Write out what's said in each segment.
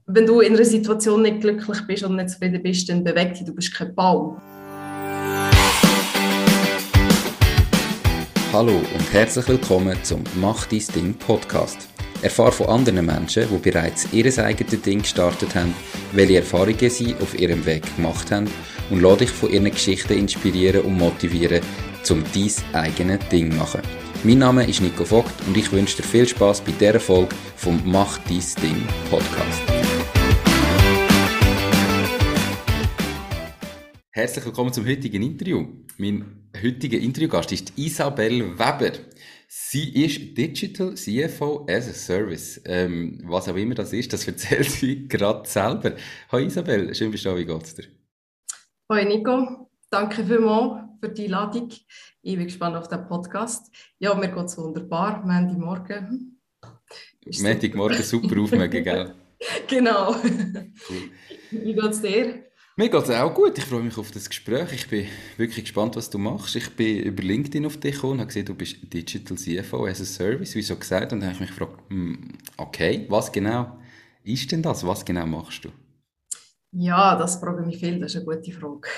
wenn du in einer Situation nicht glücklich bist und nicht zufrieden bist, dann beweg dich, du bist kein Baum. Hallo und herzlich willkommen zum Mach dein Ding Podcast. Erfahre von anderen Menschen, die bereits ihr eigenes Ding gestartet haben, welche Erfahrungen sie auf ihrem Weg gemacht haben und lass dich von ihren Geschichten inspirieren und motivieren, um dein eigenes Ding zu machen. Mein Name ist Nico Vogt und ich wünsche dir viel Spass bei dieser Folge vom Mach dein Ding Podcast. Herzlich willkommen zum heutigen Interview. Mein heutiger Interviewgast ist Isabel Weber. Sie ist Digital CFO as a Service. Was auch immer das ist, das erzählt sie gerade selber. Hallo Isabel, schön bist du da, wie geht's dir? Hallo Nico, danke vielmals für die Einladung. Ich bin gespannt auf den Podcast. Ja, mir geht es wunderbar, Montagmorgen. Montagmorgen super aufmögen, gell? Genau. Cool. Wie geht es dir? Mir geht es auch gut. Ich freue mich auf das Gespräch. Ich bin wirklich gespannt, was du machst. Ich bin über LinkedIn auf dich gekommen und habe gesehen, du bist Digital CFO as a Service, wie so gesagt. Und dann habe ich mich gefragt, okay, was genau ist denn das? Was genau machst du? Ja, das frage ich mich viel. Das ist eine gute Frage.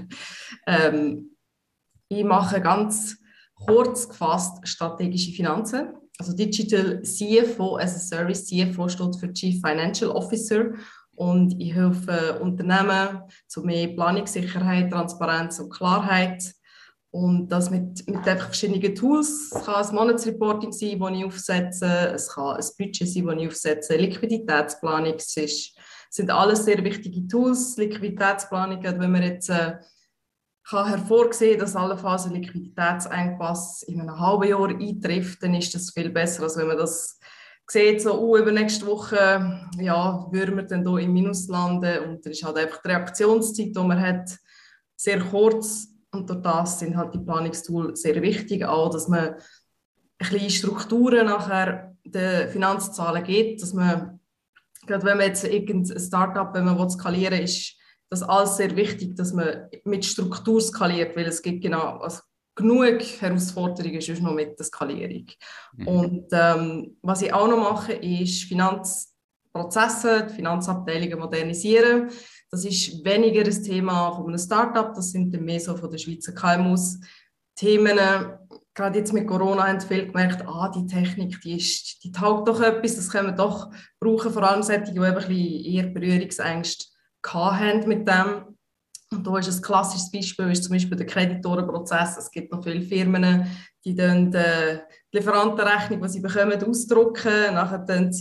Ich mache ganz kurz gefasst strategische Finanzen. Also Digital CFO as a Service. CFO steht für Chief Financial Officer. Und ich helfe Unternehmen zu mehr Planungssicherheit, Transparenz und Klarheit. Und das mit einfach verschiedenen Tools. Es kann ein Monatsreporting sein, das ich aufsetze. Es kann ein Budget sein, das ich aufsetze. Liquiditätsplanung. Sind alles sehr wichtige Tools. Liquiditätsplanung, wenn man jetzt kann hervorsehen, dass allenfalls ein Liquiditätsengpass in einem halben Jahr eintrifft, dann ist das viel besser, als wenn man das sieht, so über nächste Woche, ja, würden wir dann hier im Minus landen. Und dann ist halt einfach die Reaktionszeit, die man hat, sehr kurz. Und durch das sind halt die Planungstools sehr wichtig, auch dass man ein bisschen Strukturen nachher den Finanzzahlen gibt, dass man, gerade wenn man jetzt irgendein Startup, wenn man skalieren will, ist das alles sehr wichtig, dass man mit Struktur skaliert, weil es gibt genug Herausforderungen sonst noch mit der Skalierung. Und was ich auch noch mache, ist Finanzprozesse, die Finanzabteilungen modernisieren. Das ist weniger ein Thema von einem Startup, das sind dann mehr so von den Schweizer KMUs Themen. Gerade jetzt mit Corona haben viele gemerkt, die Technik, die taugt doch etwas, das können wir doch brauchen, vor allem solche, die ein bisschen eher Berührungsängste hatten mit dem. Und da ist ein klassisches Beispiel, ist zum Beispiel der Kreditorenprozess. Es gibt noch viele Firmen, die dann die Lieferantenrechnung, die sie bekommen, ausdrucken. Nachher dann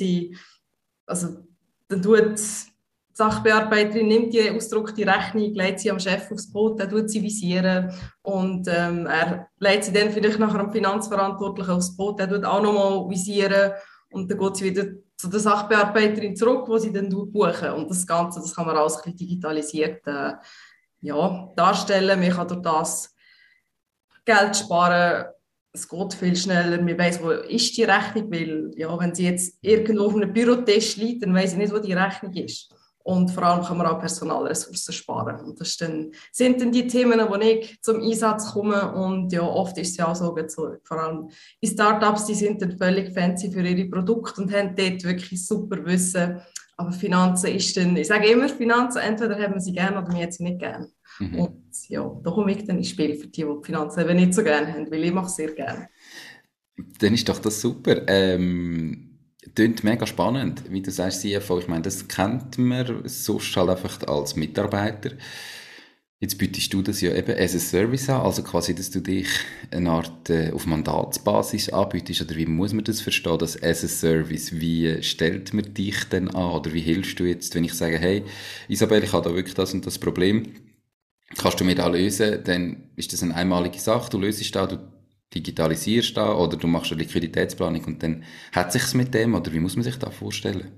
tut die Sachbearbeiterin nimmt die ausgedruckte Rechnung, legt sie am Chef aufs Boot, dann tut sie visieren und er legt sie dann vielleicht nachher am Finanzverantwortlichen aufs Boot, der tut auch nochmal visieren und dann geht sie wieder zu der Sachbearbeiterin zurück, wo sie dann buchen. Und das Ganze, das kann man alles ein bisschen digitalisiert darstellen. Man kann durch das Geld sparen. Es geht viel schneller. Man weiss, wo ist die Rechnung, weil wenn sie jetzt irgendwo auf einem Bürotisch liegt, dann weiss ich nicht, wo die Rechnung ist. Und vor allem kann man auch Personalressourcen sparen. Und das sind dann die Themen, wo ich zum Einsatz komme. Und ja, oft ist es ja auch so, vor allem in Startups, die sind dann völlig fancy für ihre Produkte und haben dort wirklich super Wissen. Aber Finanzen ist dann, ich sage immer, Finanzen, entweder haben wir sie gerne oder wir haben sie nicht gerne. Und ja, da komme ich dann ins Spiel für die Finanzen eben nicht so gerne haben, weil ich mache es sehr gerne. Dann ist doch das super. Klingt mega spannend, wie du sagst, CFO. Ich meine, das kennt man sonst halt einfach als Mitarbeiter. Jetzt bietest du das ja eben as a Service an, also quasi, dass du dich eine Art auf Mandatsbasis anbietest, oder wie muss man das verstehen, das as a Service? Wie stellt man dich denn an, oder wie hilfst du jetzt, wenn ich sage, hey, Isabel, ich habe da wirklich das und das Problem, kannst du mir da lösen, dann ist das eine einmalige Sache, du löst da, du digitalisierst da, oder du machst eine Liquiditätsplanung und dann hat sich's mit dem, oder wie muss man sich das vorstellen?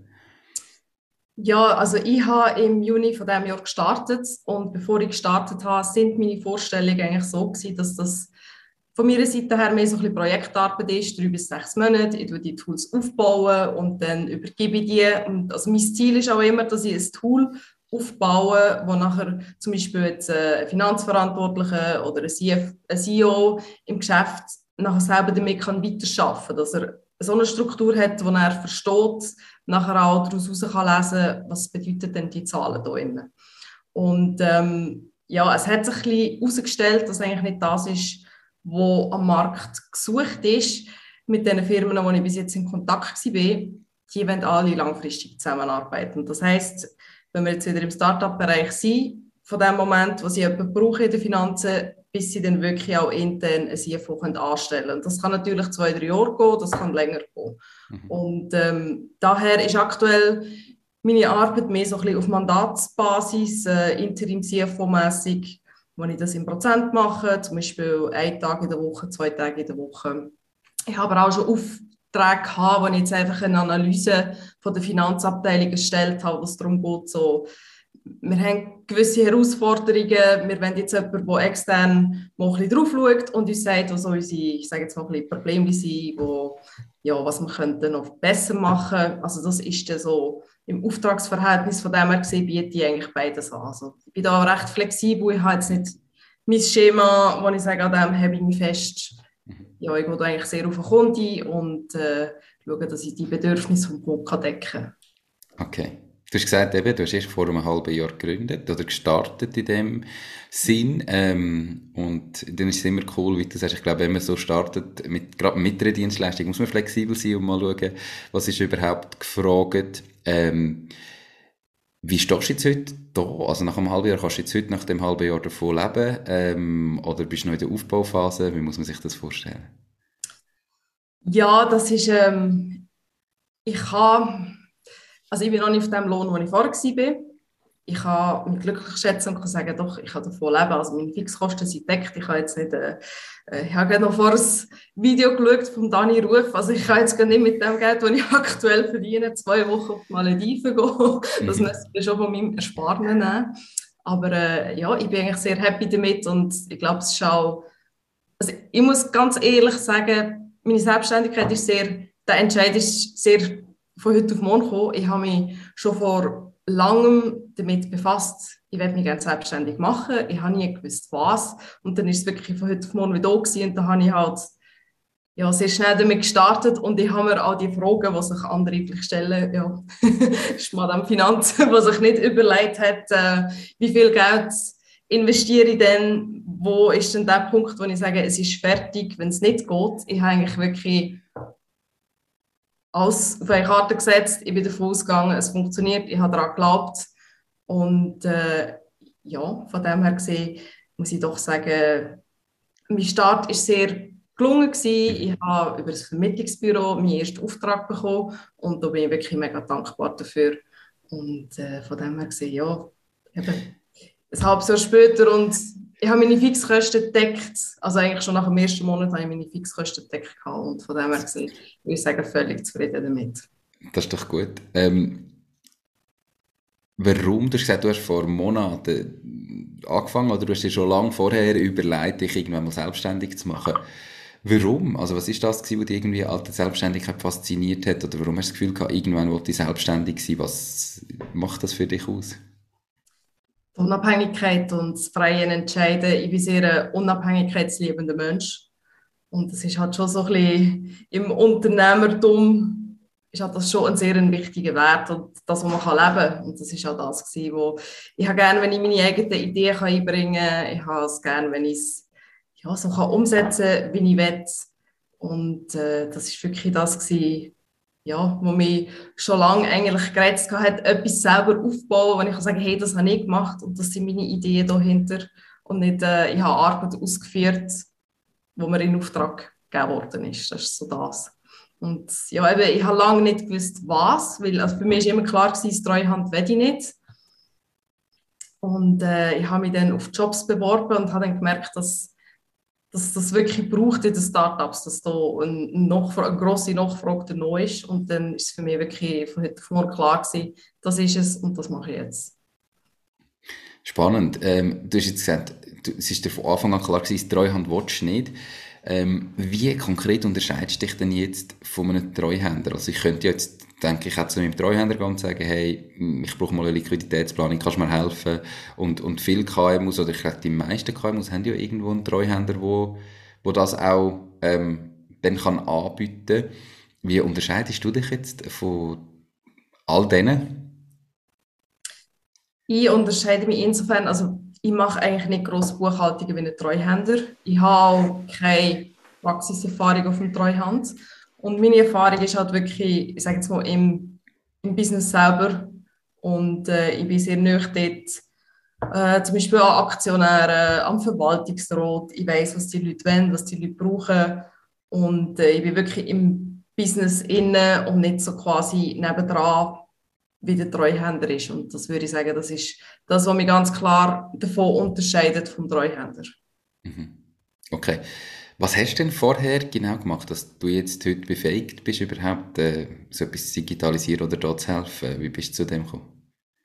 Ja, also ich habe im Juni von diesem Jahr gestartet und bevor ich gestartet habe, sind meine Vorstellungen eigentlich so gewesen, dass das von meiner Seite her mehr so ein bisschen Projektarbeit ist, 3 bis 6 Monate. Ich baue die Tools aufbauen und dann übergebe ich die. Und also mein Ziel ist auch immer, dass ich ein Tool aufbaue, wo nachher zum Beispiel jetzt ein Finanzverantwortlicher oder ein CEO im Geschäft nachher selber damit weiterarbeiten kann, dass er so eine Struktur hat, wo er versteht, nachher auch daraus heraus kann lesen, was bedeutet denn die Zahlen hier drin. Und ja, es hat sich ein bisschen herausgestellt, dass eigentlich nicht das ist, was am Markt gesucht ist. Mit den Firmen, mit denen ich bis jetzt in Kontakt war, die wollen alle langfristig zusammenarbeiten. Das heisst, wenn wir jetzt wieder im Startup-Bereich sind, von dem Moment, wo sie jemanden brauchen in den Finanzen, bis sie dann wirklich auch intern ein CFO anstellen können. Das kann natürlich 2-3 Jahre gehen, das kann länger gehen. Und daher ist aktuell meine Arbeit mehr so ein bisschen auf Mandatsbasis, Interim-CFO-mässig, wo ich das in Prozent mache, zum Beispiel 1 Tag in der Woche, 2 Tage in der Woche. Ich habe aber auch schon Aufträge gehabt, wo ich jetzt einfach eine Analyse von der Finanzabteilung erstellt habe, wo es darum geht, so, wir haben gewisse Herausforderungen, wir wollen jetzt jemanden, der extern mal ein bisschen drauf schaut und uns sagt, was unsere, ich sage jetzt mal ein bisschen Probleme sind, wo, ja, was wir könnten noch besser machen. Also das ist dann so im Auftragsverhältnis von dem her gesehen, biete ich eigentlich beides an. Also ich bin da recht flexibel, ich habe jetzt nicht mein Schema, wo ich sage, an dem habe ich mich fest. Ja, ich gehe da eigentlich sehr auf den Kunden und schaue, dass ich die Bedürfnisse vom Kunden decken kann. Okay. Du hast gesagt, eben, du hast erst vor einem halben Jahr gegründet oder gestartet in dem Sinn. Und dann ist es immer cool, wie du sagst, ich glaube, wenn man so startet, gerade mit einer Dienstleistung, muss man flexibel sein und mal schauen, was ist überhaupt gefragt. Wie stehst du jetzt heute da? Also nach einem halben Jahr, kannst du jetzt heute nach dem halben Jahr davon leben? Oder bist du noch in der Aufbauphase? Wie muss man sich das vorstellen? Ja, das ist, ich habe, also ich bin noch nicht auf dem Lohn, wo ich vorher war. Ich kann mich glücklich schätzen und kann sagen, doch, ich kann davon leben. Also meine Fixkosten sind gedeckt. Ich habe jetzt nicht, ich habe gerade noch vor ein Video geschaut von Dani Ruf. Also ich kann jetzt gar nicht mit dem Geld, das ich aktuell verdiene, 2 Wochen auf die Malediven gehen. Das müsste ich schon von meinem Ersparten nehmen. Aber ja, ich bin eigentlich sehr happy damit und ich glaube, es ist auch, also ich muss ganz ehrlich sagen, meine Selbstständigkeit ist sehr, der Entscheid ist sehr von heute auf morgen gekommen. Ich habe mich schon vor langem damit befasst, ich werde mich gerne selbstständig machen. Ich habe nie gewusst, was. Und dann ist es wirklich von heute auf morgen wieder da gewesen. Und da habe ich halt ja, sehr schnell damit gestartet. Und ich habe mir auch die Fragen, die sich andere vielleicht stellen, ja, ist Madame Finanzen, die sich nicht überlegt hat, wie viel Geld investiere ich denn, wo ist denn der Punkt, wo ich sage, es ist fertig, wenn es nicht geht. Ich habe eigentlich wirklich alles auf eine Karte gesetzt, ich bin davon ausgegangen, es funktioniert, ich habe daran geglaubt und ja, von dem her gesehen muss ich doch sagen, mein Start war sehr gelungen gewesen. Ich habe über das Vermittlungsbüro meinen ersten Auftrag bekommen und da bin ich wirklich mega dankbar dafür und von dem her gesehen, ja, eben ein halbes Jahr später und ich habe meine Fixkosten gedeckt, also eigentlich schon nach dem ersten Monat habe ich meine Fixkosten gedeckt und von dem her gesehen, würde ich sagen, völlig zufrieden damit. Das ist doch gut. Warum? Du hast gesagt, du hast vor Monaten angefangen oder du hast dir schon lange vorher überlegt, dich irgendwann mal selbstständig zu machen. Warum? Also was ist das gewesen, was dich irgendwie an der Selbstständigkeit fasziniert hat? Oder warum hast du das Gefühl gehabt, irgendwann wollte ich selbstständig sein? Was macht das für dich aus? Die Unabhängigkeit und das freie Entscheiden. Ich bin sehr ein unabhängigkeitsliebender Mensch. Und das ist halt schon so ein bisschen im Unternehmertum ist halt das schon ein sehr wichtiger Wert und das, was man leben kann. Und das ist auch das gewesen, wo ich habe gerne, wenn ich meine eigenen Ideen einbringen kann. Ich habe es gerne, wenn ich es ja, so kann umsetzen kann, wie ich will. Und das ist wirklich das gewesen, ja, wo mich schon lange eigentlich gereizt hat, etwas selber aufzubauen, wo ich kann sagen, hey, das habe ich gemacht und das sind meine Ideen dahinter. Und nicht, ich habe Arbeit ausgeführt, wo mir in Auftrag gegeben worden ist. Das ist so das. Und ja, eben, ich habe lange nicht gewusst, was, weil also für mich war immer klar, gewesen, Treuhand will ich nicht. Und ich habe mich dann auf Jobs beworben und habe dann gemerkt, dass das wirklich braucht in den Startups, dass da eine grosse Nachfrage da ist. Und dann ist es für mich wirklich von heute auf morgen klar gewesen, das ist es und das mache ich jetzt. Spannend. Du hast jetzt gesagt, es ist dir von Anfang an klar gewesen, Treuhand willst du nicht. Wie konkret unterscheidest du dich denn jetzt von einem Treuhänder? Also ich könnte jetzt, denke ich, auch zu meinem Treuhänder gehen und sagen, hey, ich brauche mal eine Liquiditätsplanung, kannst du mir helfen? Und viele KMUs, oder ich glaube, die meisten KMUs haben ja irgendwo einen Treuhänder, wo das auch dann kann anbieten. Wie unterscheidest du dich jetzt von all denen? Ich unterscheide mich insofern, also ich mache eigentlich nicht grosse Buchhaltungen wie ein Treuhänder. Ich habe auch keine Praxiserfahrung auf dem Treuhand. Und meine Erfahrung ist halt wirklich, ich sage jetzt mal, im Business selber. Und ich bin sehr nahe dort, zum Beispiel an Aktionären, am Verwaltungsrat. Ich weiß, was die Leute wollen, was die Leute brauchen. Und ich bin wirklich im Business inne und nicht so quasi nebendran, wie der Treuhänder ist. Und das würde ich sagen, das ist das, was mich ganz klar davon unterscheidet vom Treuhänder. Mhm. Okay. Was hast du denn vorher genau gemacht, dass du jetzt heute befähigt bist, überhaupt so etwas zu digitalisieren oder da zu helfen? Wie bist du zu dem gekommen?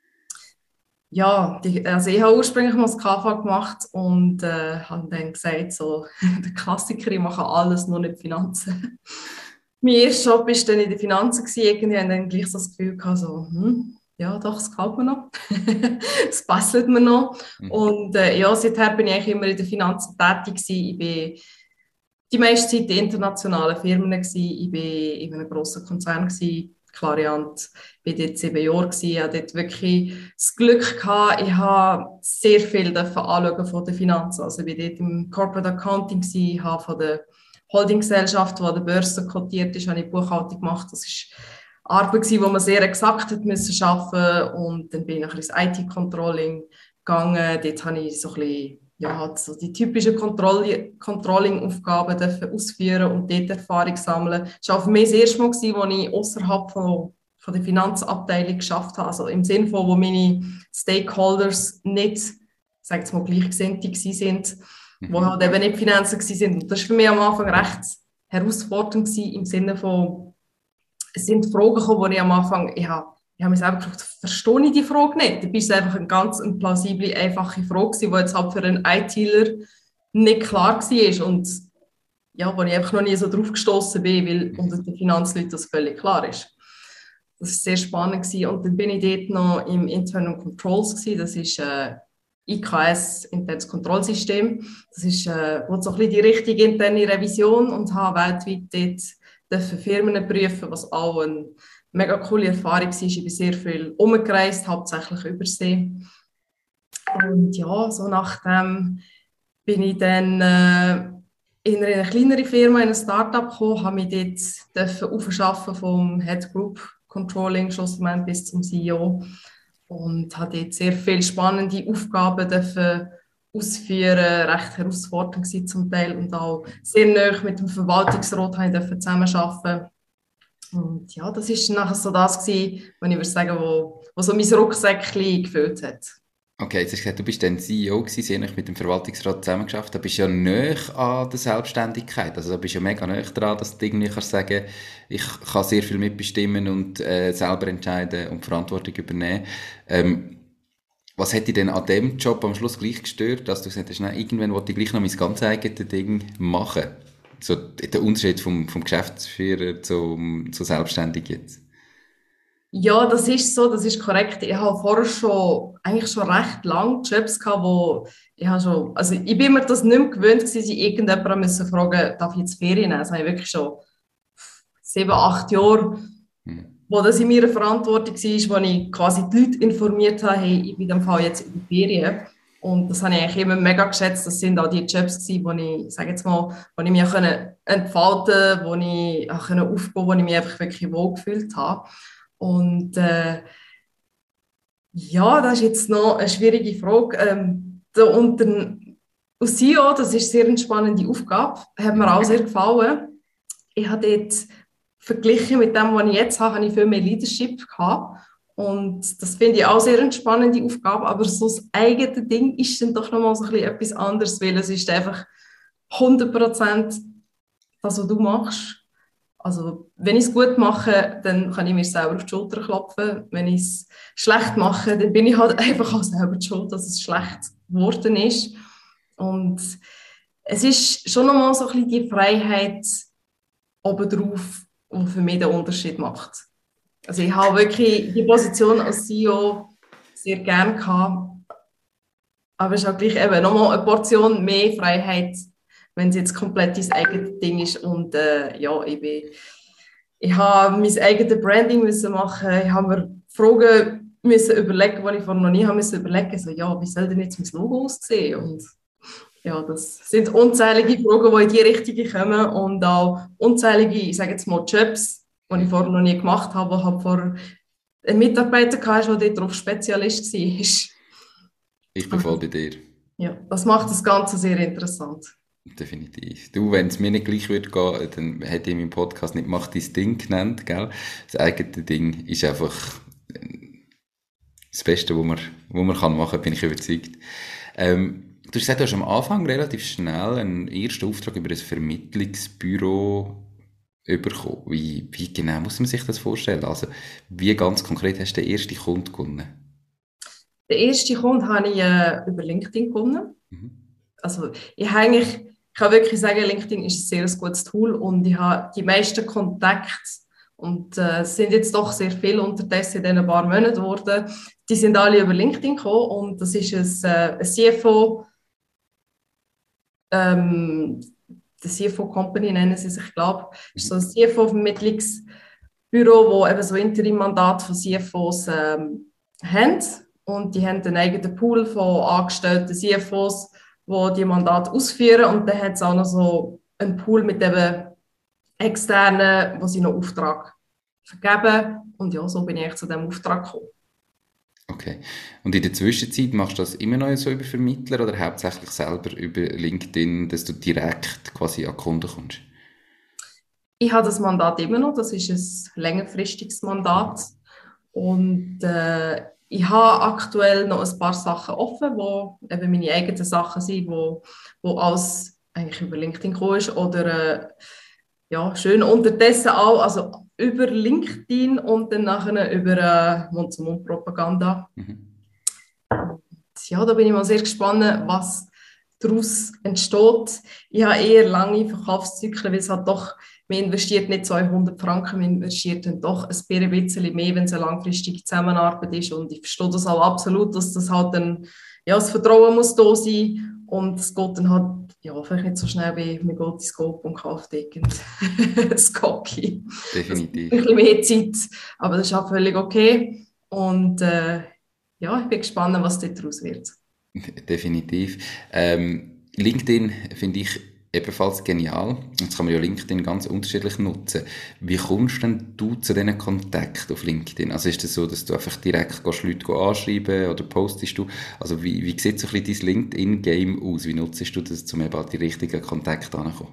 Ja, also ich habe ursprünglich mal das KV gemacht und habe dann gesagt, so, der Klassiker, ich mache alles, nur nicht Finanzen. Mein erster Job war dann in den Finanzen gewesen. Irgendwie habe ich dann gleich so das Gefühl gehabt, so, ja, doch, es gefällt mir noch. Es passt mir noch. Mhm. Und ja, seither bin ich eigentlich immer in den Finanzen tätig gewesen. Ich bin die meiste Zeit in internationalen Firmen gewesen. Ich war in einem grossen Konzern gewesen, Clariant. Ich war dort 7 Jahre gewesen. Ich hatte dort wirklich das Glück gehabt. Ich habe sehr viel anschauen von den Finanzen. Also ich war dort im Corporate Accounting gewesen. Ich habe von der Holdinggesellschaft, die an der Börse kotiert ist, habe ich Buchhaltung gemacht. Das war Arbeit gewesen, wo man sehr exakt hat müssen arbeiten. Und dann bin ich nachher ins IT-Controlling gegangen. Dort habe ich so ein bisschen, ja, halt so die typischen Controlling-Aufgaben dürfen ausführen und dort Erfahrung sammeln. Das war auch für mich das erste Mal, gewesen, als ich außerhalb von der Finanzabteilung geschafft habe. Also im Sinne von, wo meine Stakeholders nicht, sag jetzt mal, Gleichgesinnte sind, wo Mhm. halt eben nicht Finanzen waren. Und das war für mich am Anfang recht herausfordernd gewesen, im Sinne von, es sind Fragen gekommen, die ich am Anfang, ich habe mich selber gefragt, verstehe ich die Frage nicht? Dabei ist es einfach eine plausible, einfache Frage, die jetzt halt für einen ITler nicht klar war und ja, wo ich einfach noch nie so drauf gestoßen bin, weil unter den Finanzleuten das völlig klar ist. Das war sehr spannend gewesen. Und dann bin ich dort noch im Internal Controls gewesen. Das ist IKS, internes Kontrollsystem. Das ist wo so ein bisschen die richtige interne Revision und habe weltweit dort dürfen Firmen prüfen, was auch eine mega coole Erfahrung war. Ich bin sehr viel umgereist, hauptsächlich Übersee. Und ja, so nachdem bin ich dann in eine kleinere Firma, in ein Startup gekommen, habe mich dort aufschaffen vom Head Group Controlling schlussendlich bis zum CEO und habe dort sehr viele spannende Aufgaben dürfen ausführen, recht herausfordernd gewesen zum Teil und auch sehr nahe mit dem Verwaltungsrat habe ich zusammenarbeiten. Und ja, das ist nachher so das gewesen, was ich würde sagen, wo so mein Rucksäckchen gefüllt hat. Okay, jetzt hast du gesagt, du bist dann CEO gewesen, sehr nahe mit dem Verwaltungsrat zusammengeschafft. Da bist du ja nahe an der Selbstständigkeit. Also da bist du ja mega nahe dran, dass du irgendwie kannst sagen, ich kann sehr viel mitbestimmen und selber entscheiden und Verantwortung übernehmen. Was hat dich denn an dem Job am Schluss gleich gestört, dass du gesagt hast, nein, irgendwann wollte ich gleich noch mein ganz eigenes Ding machen? So der Unterschied vom Geschäftsführer zu selbstständig jetzt. Ja, das ist so, das ist korrekt. Ich habe vorher eigentlich schon recht lange Jobs gehabt, wo ich habe schon, also ich bin mir das nicht mehr gewöhnt gewesen, dass ich irgendjemanden müssen fragen, darf ich jetzt Ferien nehmen? Das habe ich wirklich schon 7, 8 Jahre, Hm. wo das in meiner Verantwortung war, wo ich quasi die Leute informiert habe, hey, ich bin in dem Fall jetzt in der Ferien. Und das habe ich eigentlich immer mega geschätzt. Das sind auch die Jobs gewesen, wo ich, sage jetzt mal, wo ich mich auch entfalten konnte, wo ich auch aufgehen konnte, wo ich mich einfach wirklich wohlgefühlt habe. Und ja, das ist jetzt noch eine schwierige Frage. Als CEO, das ist sehr eine spannende Aufgabe, hat mir auch sehr gefallen. Ich habe dort verglichen mit dem, was ich jetzt habe, habe ich viel mehr Leadership gehabt. Und das finde ich auch sehr eine spannende Aufgabe. Aber so das eigene Ding ist dann doch nochmal so ein bisschen etwas anderes, weil es ist einfach 100% das, was du machst. Also, wenn ich es gut mache, dann kann ich mir selber auf die Schulter klopfen. Wenn ich es schlecht mache, dann bin ich halt einfach auch selber die schuld, dass es schlecht geworden ist. Und es ist schon nochmal so ein bisschen die Freiheit obendrauf, die für mich den Unterschied macht. Also, ich habe wirklich die Position als CEO sehr gerne gehabt, aber es ist auch gleich eben nochmal eine Portion mehr Freiheit, wenn es jetzt komplett dein eigenes Ding ist. Und ja, Ich habe mein eigenes Branding müssen machen. Ich habe mir Fragen müssen überlegen, die ich vorher noch nie habe müssen überlegen. So, ja, wie soll denn jetzt mein Logo aussehen? Und ja, das sind unzählige Fragen, die in die Richtung kommen und auch unzählige, ich sage jetzt mal, Jobs, die ich vorher noch nie gemacht habe, wo halt vor einen Mitarbeiter hatte, der darauf Spezialist war. Ich bin voll bei dir. Ja, das macht das Ganze sehr interessant. Definitiv. Du, wenn es mir nicht gleich würde gehen, dann hätte ich in meinem Podcast nicht «Mach dein Ding» genannt, gell? Das eigene Ding ist einfach das Beste, was man kann machen, bin ich überzeugt. Du hast gesagt, du hast am Anfang relativ schnell einen ersten Auftrag über ein Vermittlungsbüro bekommen. Wie genau muss man sich das vorstellen? Also, wie ganz konkret hast du den ersten Kunden gewonnen? Den ersten Kunden habe ich über LinkedIn gewonnen. Mhm. Also ich kann wirklich sagen, LinkedIn ist ein sehr gutes Tool und ich habe die meisten Kontakte und es sind jetzt doch sehr viele unterdessen in diesen paar Monaten geworden. Die sind alle über LinkedIn gekommen und das ist ein CFO, die CFO Company nennen sie sich, ich glaube, ist so ein CFO-Vermittlungsbüro, wo eben so Interim-Mandat von CFOs haben. Und die haben einen eigenen Pool von angestellten CFOs, die Mandate ausführen. Und dann hat es auch noch so einen Pool mit eben Externen, wo sie noch Auftrag vergeben. Und ja, so bin ich zu diesem Auftrag gekommen. Okay. Und in der Zwischenzeit machst du das immer noch so über Vermittler oder hauptsächlich selber über LinkedIn, dass du direkt quasi an Kunden kommst? Ich habe das Mandat immer noch, das ist ein längerfristiges Mandat. Und ich habe aktuell noch ein paar Sachen offen, wo eben meine eigenen Sachen sind, wo alles eigentlich über LinkedIn gekommen ist. Oder ja, schön unterdessen auch, also über LinkedIn und dann nachher über Mund-zu-Mund-Propaganda. Mhm. Ja, da bin ich mal sehr gespannt, was daraus entsteht. Ich habe eher lange Verkaufszyklen, weil es halt doch, man investiert nicht 200 Franken, man investiert dann doch ein bisschen mehr, wenn es eine langfristige Zusammenarbeit ist. Und ich verstehe das auch absolut, dass das halt dann, ja, das Vertrauen muss da sein und es geht dann halt, ja, vielleicht nicht so schnell wie man geht ins Coop und kauft ein Skoki. Definitiv. Ein bisschen mehr Zeit, aber das ist auch völlig okay. Und ja, ich bin gespannt, was daraus wird. Definitiv. LinkedIn finde ich ebenfalls genial. Jetzt kann man ja LinkedIn ganz unterschiedlich nutzen. Wie kommst denn du zu diesen Kontakten auf LinkedIn? Also ist es das so, dass du einfach direkt Leute anschreiben oder postest du? Also wie sieht so ein bisschen dein LinkedIn-Game aus? Wie nutzt du das, um eben an die richtigen Kontakte anzukommen?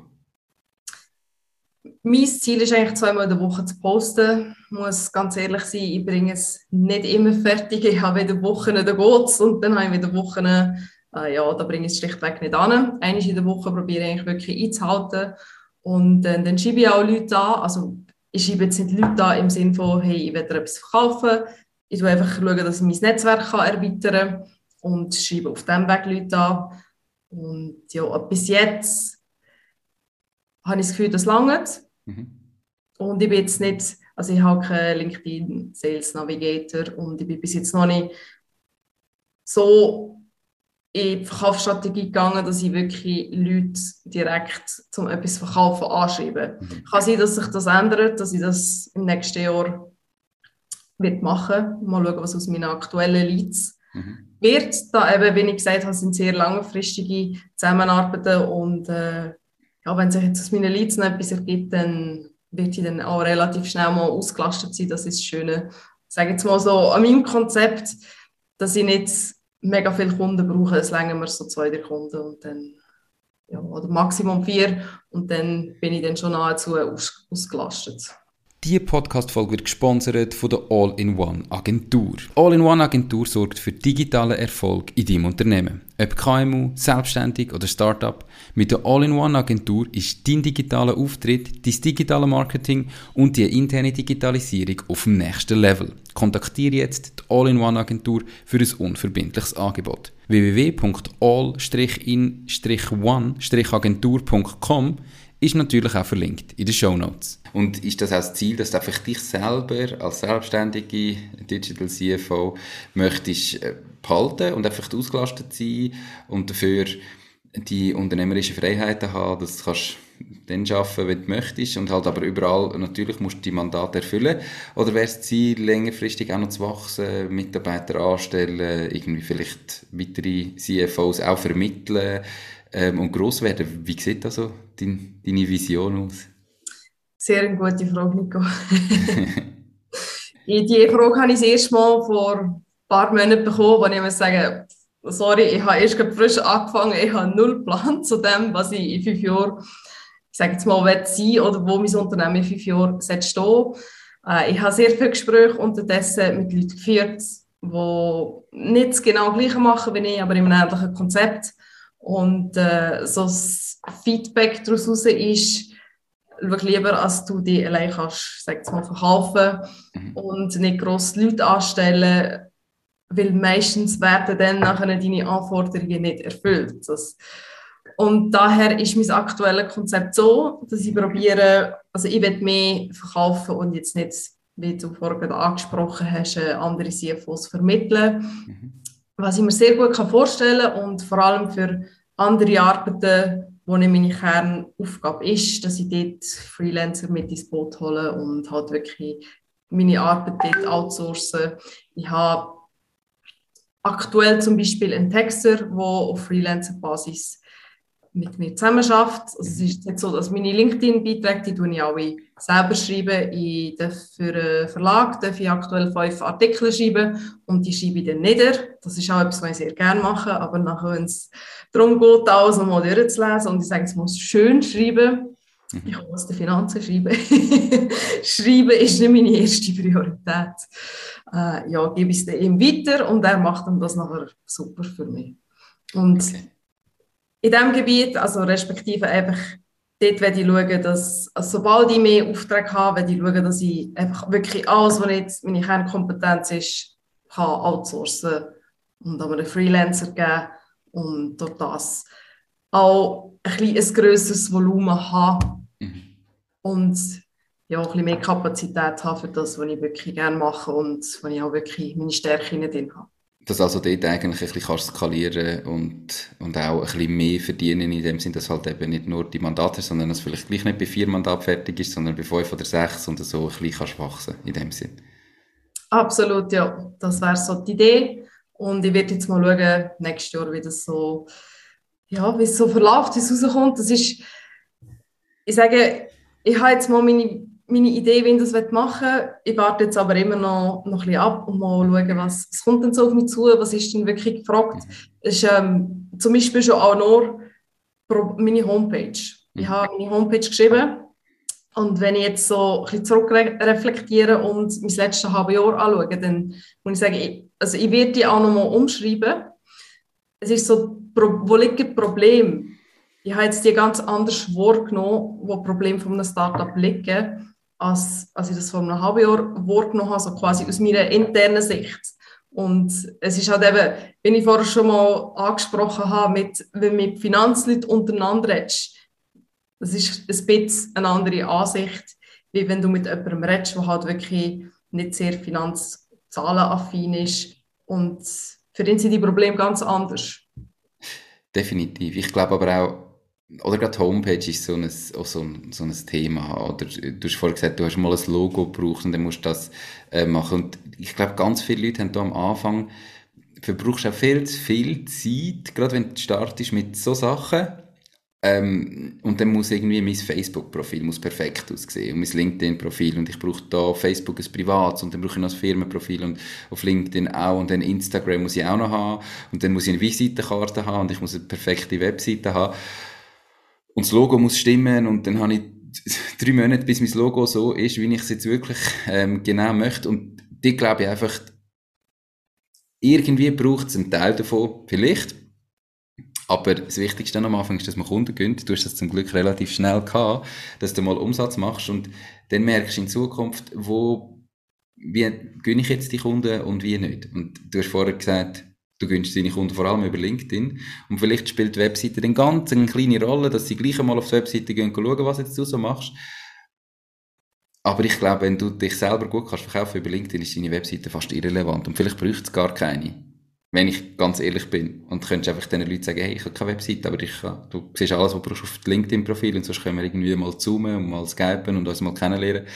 Mein Ziel ist eigentlich 2-mal in der Woche zu posten. Ich muss ganz ehrlich sein, ich bringe es nicht immer fertig. Ich habe wieder Wochen, da geht's und dann habe ich wieder Wochen, ja, da bringe ich es schlichtweg nicht an. Einmal in der Woche probiere ich eigentlich wirklich einzuhalten und dann schreibe ich auch Leute an. Also ich schreibe jetzt nicht Leute an im Sinne von, hey, ich will dir etwas verkaufen. Ich schaue einfach, dass ich mein Netzwerk erweitern kann und schreibe auf diesem Weg Leute an. Und ja, bis jetzt habe ich das Gefühl, das langt. Mhm. Und ich bin jetzt nicht, also ich habe keinen LinkedIn Sales Navigator und ich bin bis jetzt noch nicht so in die Verkaufsstrategie gegangen, dass ich wirklich Leute direkt zum etwas Verkaufen anschreibe. Mhm. Kann sein, dass sich das ändert, dass ich das im nächsten Jahr wird machen. Mal schauen, was aus meinen aktuellen Leads wird. Da eben, wie ich gesagt habe, sind sehr langfristige Zusammenarbeiten und ja, wenn sich jetzt aus meinen Leads noch etwas ergibt, dann wird ich dann auch relativ schnell mal ausgelastet sein. Das ist das Schöne. Ich sage jetzt mal so, an meinem Konzept, dass ich nicht mega viele Kunden brauche, es länger mir so 2, 3 Kunden und dann, ja, oder Maximum 4 und dann bin ich dann schon nahezu ausgelastet. Diese Podcast-Folge wird gesponsert von der All-in-One-Agentur. All-in-One-Agentur sorgt für digitalen Erfolg in deinem Unternehmen. Ob KMU, selbstständig oder Startup, mit der All-in-One-Agentur ist dein digitaler Auftritt, dein digitale Marketing und die interne Digitalisierung auf dem nächsten Level. Kontaktiere jetzt die All-in-One-Agentur für ein unverbindliches Angebot. www.all-in-one-agentur.com ist natürlich auch verlinkt in den Shownotes. Und ist das auch das Ziel, dass du einfach dich selber als selbstständige Digital CFO möchtest behalten und einfach ausgelastet sein und dafür die unternehmerischen Freiheiten haben, dass du kannst dann arbeiten, wenn du möchtest und halt aber überall natürlich musst du die Mandate erfüllen? Oder wäre das Ziel, längerfristig auch noch zu wachsen, Mitarbeiter anstellen, irgendwie vielleicht weitere CFOs auch vermitteln und gross werden? Wie sieht also deine Vision aus? Sehr eine gute Frage, Nico. Die Frage habe ich das erste Mal vor ein paar Monaten bekommen, wo ich muss sagen, sorry, ich habe erst gerade frisch angefangen, ich habe null Plan zu dem, was ich in 5 Jahren, ich sage jetzt mal, sein oder wo mein Unternehmen in 5 Jahren stehen. Ich habe sehr viele Gespräche unterdessen mit Leuten geführt, die nicht das genau Gleiche machen wie ich, aber in einem ähnlichen Konzept. Und so das Feedback daraus ist, schau lieber, als du dich allein kannst, sag jetzt mal, verkaufen und nicht gross Leute anstellen, weil meistens werden dann nachher deine Anforderungen nicht erfüllt. Und daher ist mein aktuelles Konzept so, dass ich probiere, also ich will mehr verkaufen und jetzt nicht, wie du vorhin angesprochen hast, andere CFOs vermitteln. Was ich mir sehr gut vorstellen kann und vor allem für andere Arbeiten, wo ich meine Kernaufgabe ist, dass ich dort Freelancer mit ins Boot hole und halt wirklich meine Arbeit dort outsourcen. Ich habe aktuell zum Beispiel einen Texter, der auf Freelancer-Basis mit mir zusammenarbeitet. Also es ist nicht so, dass meine LinkedIn-Beiträge, die ich alle selber schreibe. Ich darf für einen Verlag aktuell 5 Artikel schreiben und die schreibe ich dann nieder. Das ist auch etwas, was ich sehr gerne mache, aber nachher, wenn es darum geht, alles nochmal durchzulesen und ich sage, es muss schön schreiben, ich kann aus den Finanzen schreiben. Schreiben ist nicht meine erste Priorität. Ja, gebe ich es ihm weiter und er macht dann das nachher super für mich. Und in diesem Gebiet, also respektive einfach dort werde ich schauen, dass, also sobald ich mehr Aufträge habe, werde ich schauen, dass ich einfach wirklich alles, was jetzt meine Kernkompetenz ist, kann outsourcen und an einen Freelancer geben und durch das auch ein grösseres Volumen haben und ja, ein bisschen mehr Kapazität haben für das, was ich wirklich gerne mache und wo ich auch wirklich meine Stärken drin habe. Dass also dort eigentlich ein bisschen skalieren und auch ein bisschen mehr verdienen in dem Sinn, dass halt eben nicht nur die Mandate, sondern dass vielleicht gleich nicht bei 4 Mandaten fertig ist, sondern bei 5 oder 6 und so ein bisschen kannst wachsen in dem Sinn. Absolut, ja. Das wäre so die Idee. Und ich werde jetzt mal schauen, nächstes Jahr, wie das so, ja, wie es so verläuft, wie es rauskommt. Das ist, ich sage, ich habe jetzt mal meine Idee, wie ich das machen will. Ich warte jetzt aber immer noch ein bisschen ab und mal schauen, was kommt denn so auf mich zu, was ist denn wirklich gefragt. Es ist zum Beispiel schon auch nur meine Homepage. Ich habe meine Homepage geschrieben und wenn ich jetzt so ein bisschen zurückreflektiere und mein letztes halbes Jahr anschaue, dann muss ich sagen, ich werde die auch nochmal umschreiben. Es ist so, wo liegt das Problem? Ich habe jetzt die ganz anders wahrgenommen, wo Probleme von einem Startup liegen, als ich das vor einem halben Jahr wahrgenommen habe, so quasi aus meiner internen Sicht. Und es ist halt eben, wie ich vorher schon mal angesprochen habe, wenn du mit Finanzleuten untereinander redest, das ist ein bisschen eine andere Ansicht, wie wenn du mit jemandem redest, der halt wirklich nicht sehr finanzzahlenaffin ist. Und für ihn sind die Probleme ganz anders. Definitiv. Ich glaube aber auch, oder gerade Homepage ist so ein Thema. Oder du hast vorhin gesagt, du hast mal ein Logo gebraucht und dann musst du das machen. Und ich glaube, ganz viele Leute haben da am Anfang, verbrauchst auch viel zu viel Zeit, gerade wenn du startest mit so Sachen. Und dann muss irgendwie mein Facebook-Profil muss perfekt aussehen und mein LinkedIn-Profil und ich brauche da auf Facebook ein privates und dann brauche ich noch ein Firmenprofil und auf LinkedIn auch und dann Instagram muss ich auch noch haben und dann muss ich eine Visitenkarte haben und ich muss eine perfekte Webseite haben und das Logo muss stimmen und dann habe ich 3 Monate, bis mein Logo so ist, wie ich es jetzt wirklich genau möchte und die glaube ich einfach, irgendwie braucht es einen Teil davon, vielleicht. Aber das Wichtigste am Anfang ist, dass man Kunden gewinnt. Du hast das zum Glück relativ schnell gehabt, dass du mal Umsatz machst und dann merkst du in Zukunft, wie gewinne ich jetzt die Kunden und wie nicht. Und du hast vorher gesagt, du gewinnst deine Kunden vor allem über LinkedIn und vielleicht spielt die Webseite dann ganz eine kleine Rolle, dass sie gleich einmal auf die Webseite gehen und schauen, was jetzt du so machst. Aber ich glaube, wenn du dich selber gut kannst verkaufen über LinkedIn, ist deine Webseite fast irrelevant und vielleicht braucht es gar keine. wenn ich ganz ehrlich bin. Und du könntest einfach den Leuten sagen, hey, ich habe keine Webseite, aber du siehst alles, was du brauchst auf LinkedIn-Profil und sonst können wir irgendwie mal zoomen und mal skypen und uns mal kennenlernen.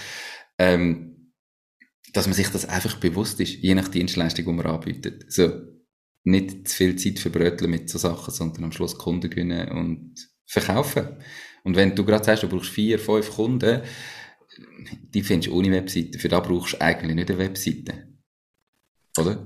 Dass man sich das einfach bewusst ist, je nach Dienstleistung, die man anbietet. So, nicht zu viel Zeit verbröteln mit so Sachen, sondern am Schluss Kunden gewinnen und verkaufen. Und wenn du gerade sagst, du brauchst 4, 5 Kunden, die findest du ohne Webseite. Für das brauchst du eigentlich nicht eine Webseite. Oder?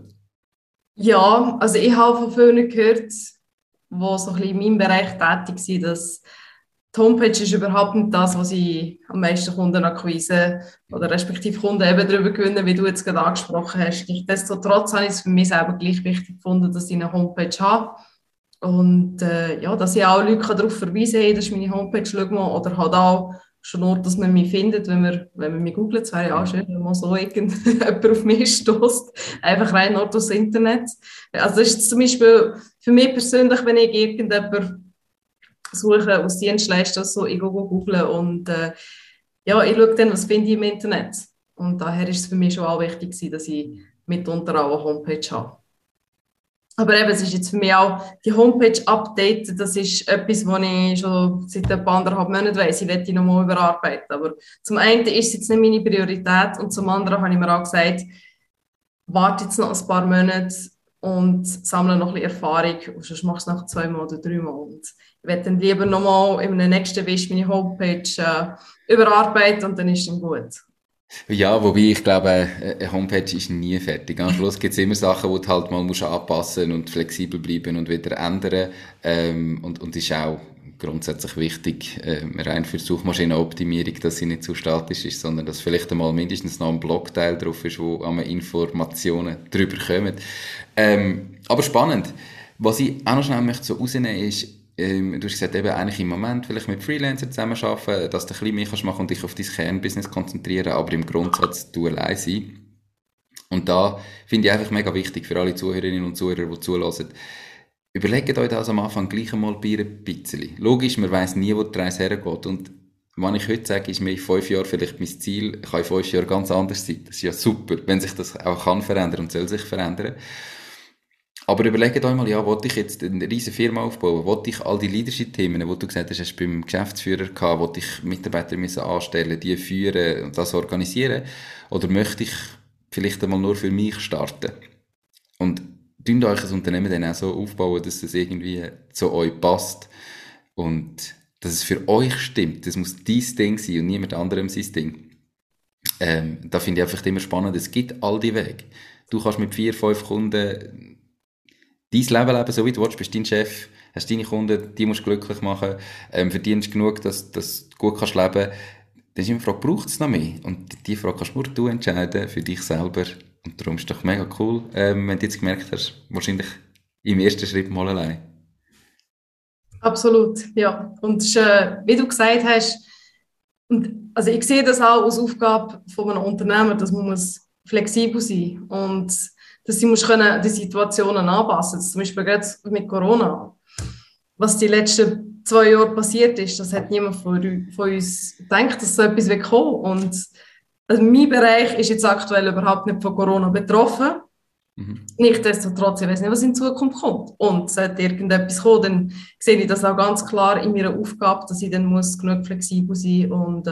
Ja, also ich habe von vielen gehört, die so ein bisschen in meinem Bereich tätig sind, dass die Homepage ist überhaupt nicht das, was ich am meisten Kundenakquise oder respektive Kunden eben darüber gewinnen, wie du jetzt gerade angesprochen hast. Nichtsdestotrotz habe ich es für mich selber gleich wichtig gefunden, dass ich eine Homepage habe. Und ja, dass ich auch Leute darauf verweisen kann, hey, das ist meine Homepage, schau mal. Oder halt auch schon Ort, dass man mich findet, wenn man mich googelt. Es wäre ja auch schön, wenn man so jemand auf mich stößt. Einfach rein Ort aus Internet. Also das ist zum Beispiel für mich persönlich, wenn ich irgendjemanden suche aus Dienstleistern, so, ich google und ja, ich schaue dann, was finde ich im Internet. Und daher ist es für mich schon auch wichtig gewesen, dass ich mitunter auch eine Homepage habe. Aber eben, es ist jetzt für mich auch die Homepage-Update, das ist etwas, was ich schon seit ein paar 1,5 Monaten weiss, ich möchte die nochmal überarbeiten. Aber zum einen ist es jetzt nicht meine Priorität und zum anderen habe ich mir auch gesagt, warte jetzt noch ein paar Monate und sammle noch ein bisschen Erfahrung, und sonst machst du es nach 2 Mal oder 3 Mal. Und ich werde dann lieber nochmal in einem nächsten Wisch meine Homepage überarbeiten und dann ist es dann gut. Ja, wobei ich glaube, eine Homepage ist nie fertig. Am Schluss gibt es immer Sachen, die du halt mal musst anpassen und flexibel bleiben und wieder ändern. Und ist auch grundsätzlich wichtig, rein für Suchmaschinenoptimierung, dass sie nicht zu statisch ist, sondern dass vielleicht einmal mindestens noch ein Blogteil drauf ist, wo einmal Informationen drüber kommen. Aber spannend. Was ich auch noch schnell möchte so rausnehmen ist, du hast gesagt, eben eigentlich im Moment vielleicht mit Freelancern zusammenarbeiten, dass du ein bisschen mehr machen kannst und dich auf dein Kernbusiness konzentrieren, aber im Grundsatz du allein sein. Und da finde ich einfach mega wichtig für alle Zuhörerinnen und Zuhörer, die zulassen. Überlegt euch das am Anfang gleich einmal bei ein bisschen. Logisch, man weiss nie, wo die Reise hergeht. Und was ich heute sage, ist mir in 5 Jahren vielleicht mein Ziel, kann in 5 Jahren ganz anders sein. Das ist ja super, wenn sich das auch kann verändern und soll sich verändern. Aber überlegt euch mal, ja, wollte ich jetzt eine riesige Firma aufbauen? Wollte ich all die Leadership-Themen, die du gesagt hast, hast du beim Geschäftsführer gehabt, wollte ich Mitarbeiter müssen anstellen, die führen und das organisieren? Oder möchte ich vielleicht einmal nur für mich starten? Und tut euch ein Unternehmen dann auch so aufbauen, dass es irgendwie zu euch passt und dass es für euch stimmt. Das muss dein Ding sein und niemand anderem sein Ding. Da finde ich einfach immer spannend. Es gibt all die Wege. Du kannst mit 4, 5 Kunden dein Leben leben, so wie du willst, bist dein Chef, hast deine Kunden, die musst du glücklich machen, verdienst genug, dass du gut kannst leben. Dann ist immer die Frage, braucht es noch mehr? Und die Frage kannst nur du entscheiden, für dich selber. Und darum ist es doch mega cool, wenn du jetzt gemerkt hast, wahrscheinlich im ersten Schritt mal allein. Absolut, ja. Und es ist, wie du gesagt hast, und, also ich sehe das auch als Aufgabe von einem Unternehmer, dass man muss flexibel sein und dass sie muss können die Situationen anpassen. Zum Beispiel gerade mit Corona. Was die letzten 2 Jahre passiert ist, das hat niemand von uns gedacht, dass so etwas wird kommen. Und also mein Bereich ist jetzt aktuell überhaupt nicht von Corona betroffen. Nichtsdestotrotz, ich weiß nicht, was in Zukunft kommt. Und sollte irgendetwas kommen, dann sehe ich das auch ganz klar in meiner Aufgabe, dass ich dann muss genug flexibel sein und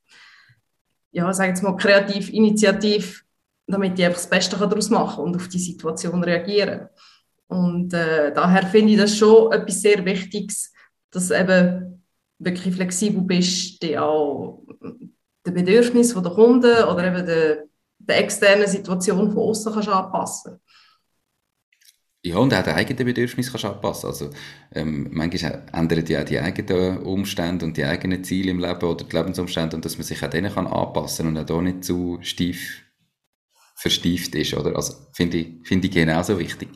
ja, sage jetzt mal kreativ, initiativ, damit ich einfach das Beste daraus machen kann und auf die Situation reagieren. Und daher finde ich das schon etwas sehr Wichtiges, dass du eben wirklich flexibel bist, die auch den Bedürfnissen der Kunden oder eben der externen Situation von außen kannst anpassen. Ja, und auch die eigenen Bedürfnisse kannst du anpassen. Also, manchmal ändern ja auch die eigenen Umstände und die eigenen Ziele im Leben oder die Lebensumstände und dass man sich auch denen kann anpassen und auch da nicht zu steif verstieft ist, oder? Also, finde ich genauso wichtig.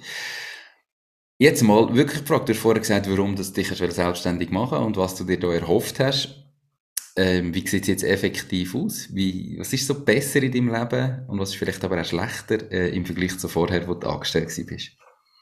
Jetzt mal wirklich gefragt, du hast vorher gesagt, warum du dich selbstständig machen und was du dir da erhofft hast. Wie sieht es jetzt effektiv aus? Was ist so besser in deinem Leben und was ist vielleicht aber auch schlechter im Vergleich zu vorher, wo du angestellt warst?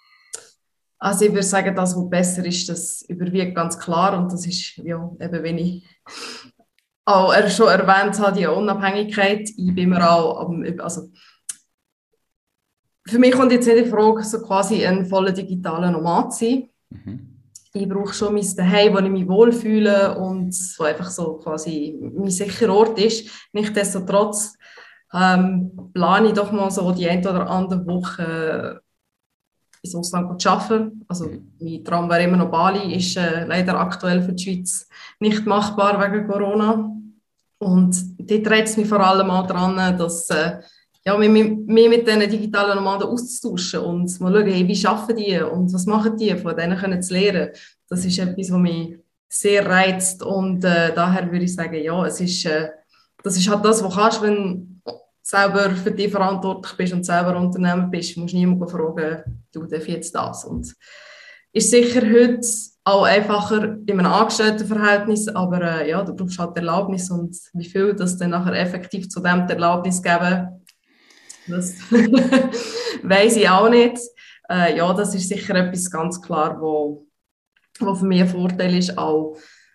Also ich würde sagen, das, was besser ist, das überwiegt ganz klar und das ist, ja, eben wenn ich auch schon erwähnt habe, die Unabhängigkeit. Ich bin mir auch, also für mich kommt jetzt nicht in Frage, so quasi ein voller digitaler Nomad zu sein. Ich brauche schon mein Zuhause, wo ich mich wohlfühle und wo einfach so quasi mein sicherer Ort ist. Nichtsdestotrotz plane ich doch mal so die eine oder andere Woche ins Ausland zu arbeiten. Also mein Traum wäre immer noch Bali, ist leider aktuell für die Schweiz nicht machbar wegen Corona. Und dort dreht es mich vor allem auch daran, dass mich mit diesen digitalen Nomaden auszutauschen und mal schauen, hey, wie arbeiten die und was machen die, von denen können zu lernen. Das ist etwas, was mich sehr reizt und daher würde ich sagen, ja, das ist halt das, was kannst, wenn du selber für dich verantwortlich bist und selber Unternehmer bist. Du musst niemanden fragen, du darfst jetzt das. Und ist sicher heute auch einfacher in einem Angestelltenverhältnis, aber du brauchst halt Erlaubnis und wie viel das dann nachher effektiv zu dem die Erlaubnis geben, das weiss ich auch nicht. Das ist sicher etwas ganz klar, wo für mich ein Vorteil ist. Auch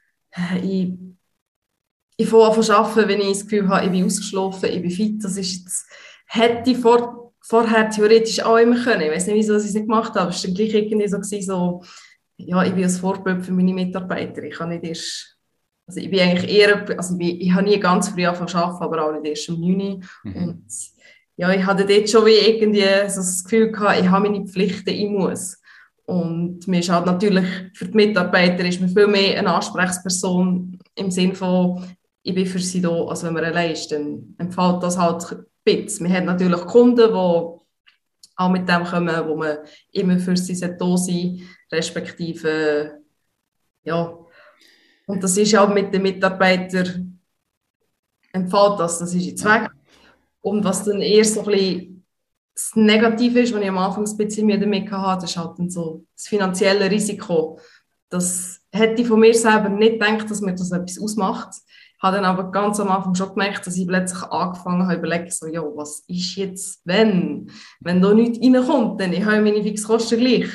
ich fange an zu arbeiten, wenn ich das Gefühl habe, ich bin ausgeschlafen, ich bin fit. Das ist jetzt, hätte ich vorher theoretisch auch immer können. Ich weiß nicht, wieso ich es nicht gemacht habe. Es war dann gleich irgendwie so, ja, ich bin ein Vorbild für meine Mitarbeiter. Ich kann nicht erst, also ich bin eigentlich eher, also ich habe nie ganz früh angefangen zu arbeiten, aber auch nicht erst um 9 Uhr. Und ja, ich hatte dort schon wie irgendwie so das Gefühl gehabt, ich habe meine Pflichten, ich muss. Und mir ist halt natürlich, für die Mitarbeiter ist man viel mehr eine Ansprechperson im Sinne von, ich bin für sie da, also wenn man allein ist, dann empfiehlt das halt ein bisschen. Man hat natürlich Kunden, die auch mit dem kommen, wo man immer für sie da sein sollte, respektive, ja. Und das ist auch mit den Mitarbeitern empfiehlt das ist jetzt weg. Und was dann eher so ein bisschen das Negative ist, was ich am Anfang ein bisschen mehr damit hatte, das ist halt dann so das finanzielle Risiko. Das hätte ich von mir selber nicht gedacht, dass mir das etwas ausmacht. Ich habe dann aber ganz am Anfang schon gemerkt, dass ich plötzlich angefangen habe zu überlegen, so, ja, was ist jetzt, wenn da nichts reinkommt, dann ich habe meine Fixkosten gleich.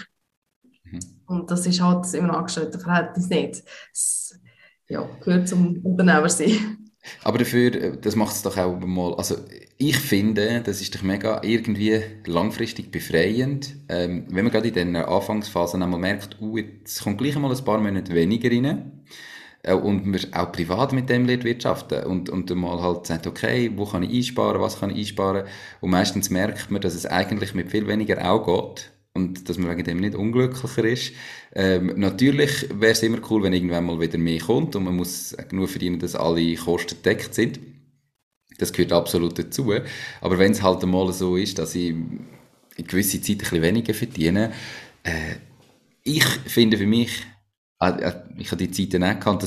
Und das ist halt im Angestelltenverhältnis nicht. Das gehört zum Unternehmer sein. Aber dafür, das macht es doch auch mal, also ich finde, das ist doch mega irgendwie langfristig befreiend, wenn man gerade in den Anfangsphasen einmal merkt, jetzt kommt gleich einmal ein paar Monate weniger rein und man auch privat mit dem lernt wirtschaften und mal halt sagt, okay, wo kann ich einsparen, was kann ich einsparen und meistens merkt man, dass es eigentlich mit viel weniger auch geht. Und dass man wegen dem nicht unglücklicher ist. Natürlich wäre es immer cool, wenn irgendwann mal wieder mehr kommt und man muss nur verdienen, dass alle Kosten gedeckt sind. Das gehört absolut dazu. Aber wenn es halt einmal so ist, dass ich in gewisser Zeit ein bisschen weniger verdiene, ich finde für mich, ich habe die Zeiten auch gehabt,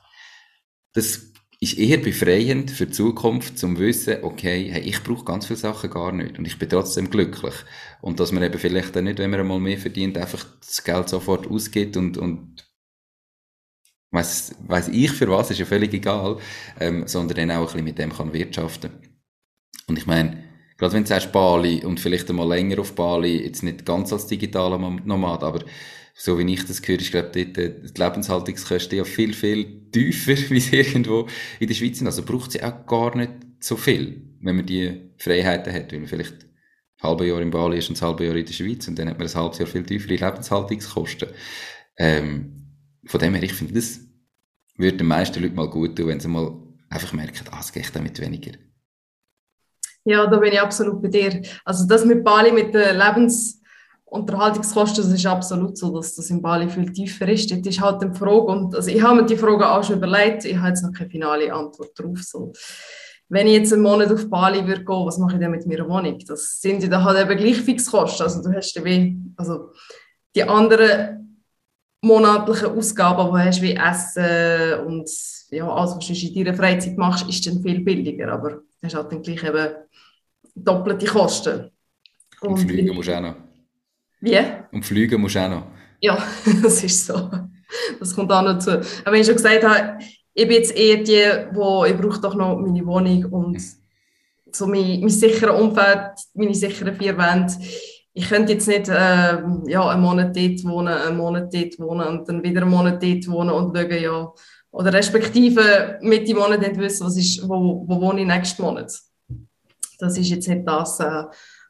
das ist eher befreiend für die Zukunft, zum Wissen, okay, hey, ich brauche ganz viele Sachen gar nicht und ich bin trotzdem glücklich. Und dass man eben vielleicht dann nicht, wenn man einmal mehr verdient, einfach das Geld sofort ausgibt und weiss ich für was, ist ja völlig egal, sondern dann auch ein bisschen mit dem kann wirtschaften. Und ich meine, gerade wenn du sagst Bali und vielleicht einmal länger auf Bali, jetzt nicht ganz als digitaler Nomad, aber so wie ich das höre, ist, glaube ich, die Lebenshaltungskosten ja viel, viel tiefer, wie sie irgendwo in der Schweiz sind. Also braucht sie auch gar nicht so viel, wenn man die Freiheiten hat, weil man vielleicht ein halbes Jahr in Bali ist und ein halbes Jahr in der Schweiz und dann hat man ein halbes Jahr viel tiefere Lebenshaltungskosten. Von dem her, ich finde, das würde den meisten Leuten mal gut tun, wenn sie mal einfach merken, es geht damit weniger. Ja, da bin ich absolut bei dir. Also das mit Bali, mit den Lebensunterhaltungskosten, das ist absolut so, dass das in Bali viel tiefer ist. Das ist halt eine Frage und also ich habe mir die Frage auch schon überlegt, ich habe jetzt noch keine finale Antwort drauf. So. Wenn ich jetzt einen Monat auf Bali würde gehen, was mache ich denn mit meiner Wohnung? Das sind ja dann halt eben gleich Fixkosten. Also du hast also die anderen monatlichen Ausgaben, die du hast, wie Essen und ja, alles, was du in deiner Freizeit machst, ist dann viel billiger. Aber du hast halt dann gleich eben doppelte Kosten. Und fliegen musst du auch noch. Wie? Und fliegen musst du auch noch. Ja, das ist so. Das kommt auch noch zu. Aber wenn ich schon gesagt habe, ich bin jetzt eher die, ich brauche doch noch meine Wohnung und so mein sicheres Umfeld, meine sicheren 4 Wände. Ich könnte jetzt nicht einen Monat dort wohnen, einen Monat dort wohnen und dann wieder einen Monat dort wohnen und schauen, ja, oder respektive mit dem Monat nicht wissen, wo wohne ich nächsten Monat. Das ist jetzt nicht das,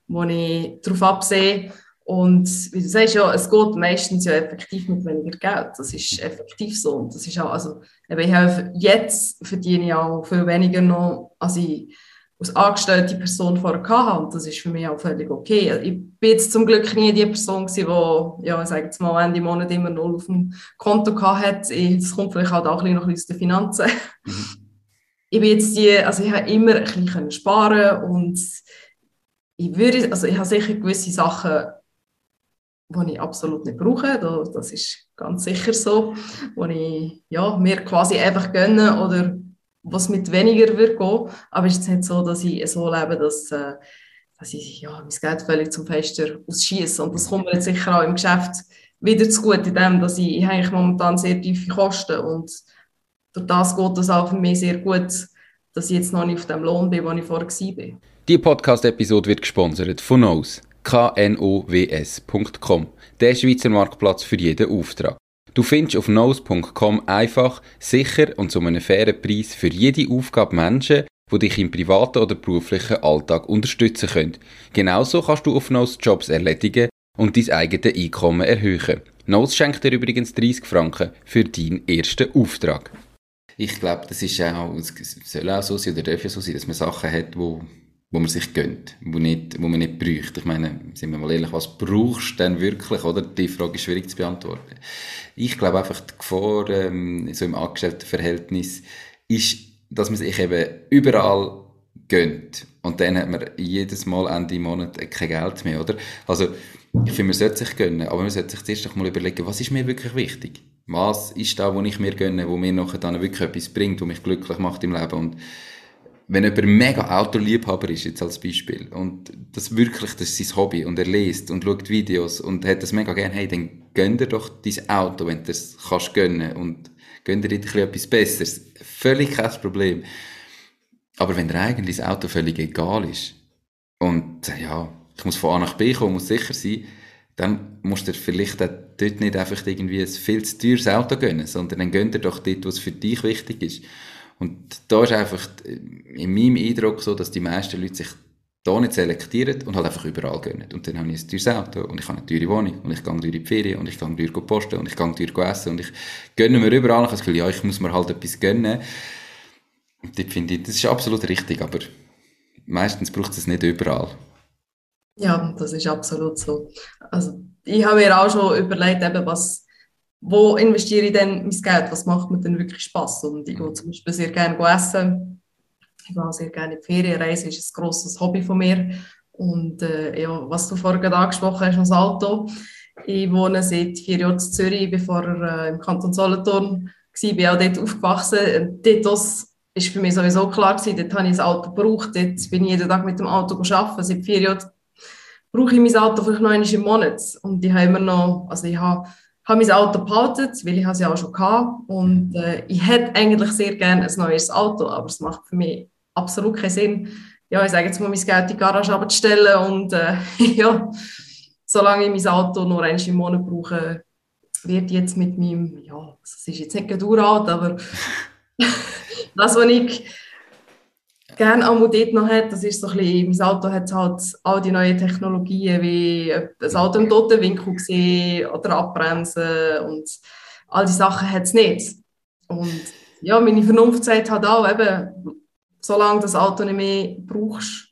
wo ich darauf absehe. Und wie du sagst, ja, es geht meistens ja effektiv mit weniger Geld. Das ist effektiv so. Und das ist auch, also, ich habe, jetzt verdiene ich auch viel weniger noch, als ich als angestellte Person vorher hatte. Und das ist für mich auch völlig okay. Ich bin jetzt zum Glück nie die Person gewesen, die, ja, ich sage jetzt mal, Ende Monat immer 0 auf dem Konto hatte. Das kommt vielleicht halt auch ein bisschen noch aus den Finanzen. Ich bin jetzt also ich habe immer ein bisschen sparen und ich habe sicher gewisse Sachen, die ich absolut nicht brauche, das ist ganz sicher so, wo ich mir quasi einfach gönne oder was mit weniger wird gehen. Aber es ist jetzt nicht so, dass ich so lebe, dass ich mein Geld völlig zum Fenster ausschieße. Und das kommt mir jetzt sicher auch im Geschäft wieder zu gut, in dem, dass ich eigentlich momentan sehr tiefe Kosten und durch das geht es auch für mich sehr gut, dass ich jetzt noch nicht auf dem Lohn bin, wo ich vorher war. Die Podcast-Episode wird gesponsert von Knows. knows.com. Der Schweizer Marktplatz für jeden Auftrag. Du findest auf knows.com einfach, sicher und zu einem fairen Preis für jede Aufgabe Menschen, die dich im privaten oder beruflichen Alltag unterstützen können. Genauso kannst du auf Knows Jobs erledigen und dein eigenes Einkommen erhöhen. Knows schenkt dir übrigens 30 Franken für deinen ersten Auftrag. Ich glaube, das ist auch, es soll auch so sein oder darf ja so sein, dass man Sachen hat, wo man sich gönnt, wo man nicht bräuchte. Ich meine, sind wir mal ehrlich, was brauchst du denn wirklich, oder? Die Frage ist schwierig zu beantworten. Ich glaube einfach, die Gefahr, so im Angestelltenverhältnis, ist, dass man sich eben überall gönnt. Und dann hat man jedes Mal Ende Monat kein Geld mehr, oder? Also, ich finde, man sollte sich gönnen, aber man sollte sich zuerst noch mal überlegen, was ist mir wirklich wichtig? Was ist da, wo ich mir gönne, wo mir nachher dann wirklich etwas bringt, wo mich glücklich macht im Leben? Und wenn jemand mega Autoliebhaber ist, jetzt als Beispiel, und das ist sein Hobby, und er liest und schaut Videos und hat das mega gern, hey, dann gönn dir doch dein Auto, wenn du das kannst gönnen, und gönn dir etwas Besseres. Völlig kein Problem. Aber wenn dir eigentlich das Auto völlig egal ist, und ja, ich muss von A nach B kommen, muss sicher sein, dann musst du dir vielleicht auch dort nicht einfach irgendwie ein viel zu teures Auto gönnen, sondern dann gönn dir doch dort, was für dich wichtig ist. Und da ist einfach in meinem Eindruck so, dass die meisten Leute sich da nicht selektieren und halt einfach überall gönnen. Und dann habe ich ein teures Auto und ich habe eine teure Wohnung und ich gehe durch die Ferien und ich gehe durch die Posten und ich gehe durch essen und ich gönne mir überall. Ich habe das Gefühl, ja, ich muss mir halt etwas gönnen. Und dort finde ich, das ist absolut richtig, aber meistens braucht es nicht überall. Ja, das ist absolut so. Also, ich habe mir auch schon überlegt, eben, wo investiere ich denn mein Geld? Was macht mir denn wirklich Spass? Und ich gehe zum Beispiel sehr gerne essen. Ich gehe auch sehr gerne in die Ferien. Reisen ist ein grosses Hobby von mir. Und was du vorhin gerade angesprochen hast, das Auto. Ich wohne seit 4 Jahren in Zürich. Ich war vorher im Kanton Solothurn. Ich bin auch dort aufgewachsen. Dort war für mich sowieso klar gewesen, dort habe ich ein Auto gebraucht. Dort bin ich jeden Tag mit dem Auto arbeiten. Seit 4 Jahren brauche ich mein Auto vielleicht noch einmal im Monat. Und ich habe immer noch, also ich habe mein Auto behalten, weil ich es ja auch schon hatte. Und ich hätte eigentlich sehr gerne ein neues Auto, aber es macht für mich absolut keinen Sinn, ja, ich sage jetzt mal, mein Geld in die Garage abzustellen und ja, solange ich mein Auto nur einmal im Monat brauche, wird jetzt mit meinem, ja, das ist jetzt nicht uralt, aber das, was ich gerne auch dort noch hat, das ist so ein bisschen, mein Auto hat halt all die neuen Technologien, wie das Auto im toten Winkel sehen oder abbremsen und all die Sachen hat es nicht. Und ja, meine Vernunft sagt halt auch, eben, solange das Auto nicht mehr brauchst,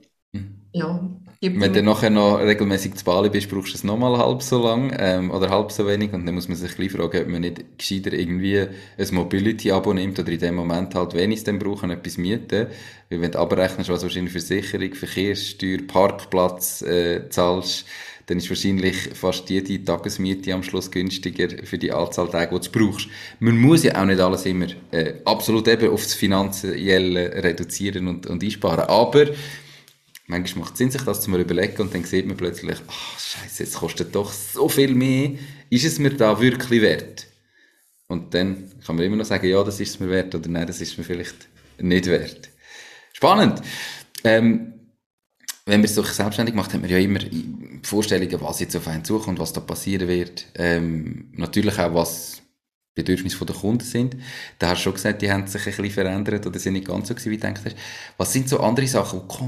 ja. Wenn du nachher noch regelmäßig zu Bali bist, brauchst du es nochmal halb so lang oder halb so wenig, und dann muss man sich gleich fragen, ob man nicht gescheiter irgendwie ein Mobility-Abo nimmt oder in dem Moment halt, wenn ich es dann brauche, etwas mieten. Weil wenn du abrechnest, was wahrscheinlich Versicherung, Verkehrssteuer, Parkplatz zahlst, dann ist wahrscheinlich fast jede Tagesmiete am Schluss günstiger für die Anzahl Tage, die du brauchst. Man muss ja auch nicht alles immer absolut eben aufs Finanzielle reduzieren und einsparen, aber manchmal macht es Sinn, sich das zu mal überlegen, und dann sieht man plötzlich, ach Scheiße, jetzt kostet doch so viel mehr. Ist es mir da wirklich wert? Und dann kann man immer noch sagen, ja, das ist es mir wert, oder nein, das ist es mir vielleicht nicht wert. Spannend. Wenn man sich selbstständig macht, hat man ja immer Vorstellungen, was jetzt auf einen zukommt, was da passieren wird. Natürlich auch, was Bedürfnisse der Kunden sind. Da hast du schon gesagt, die haben sich ein bisschen verändert oder sind nicht ganz so gewesen, wie du gedacht hast. Was sind so andere Sachen, die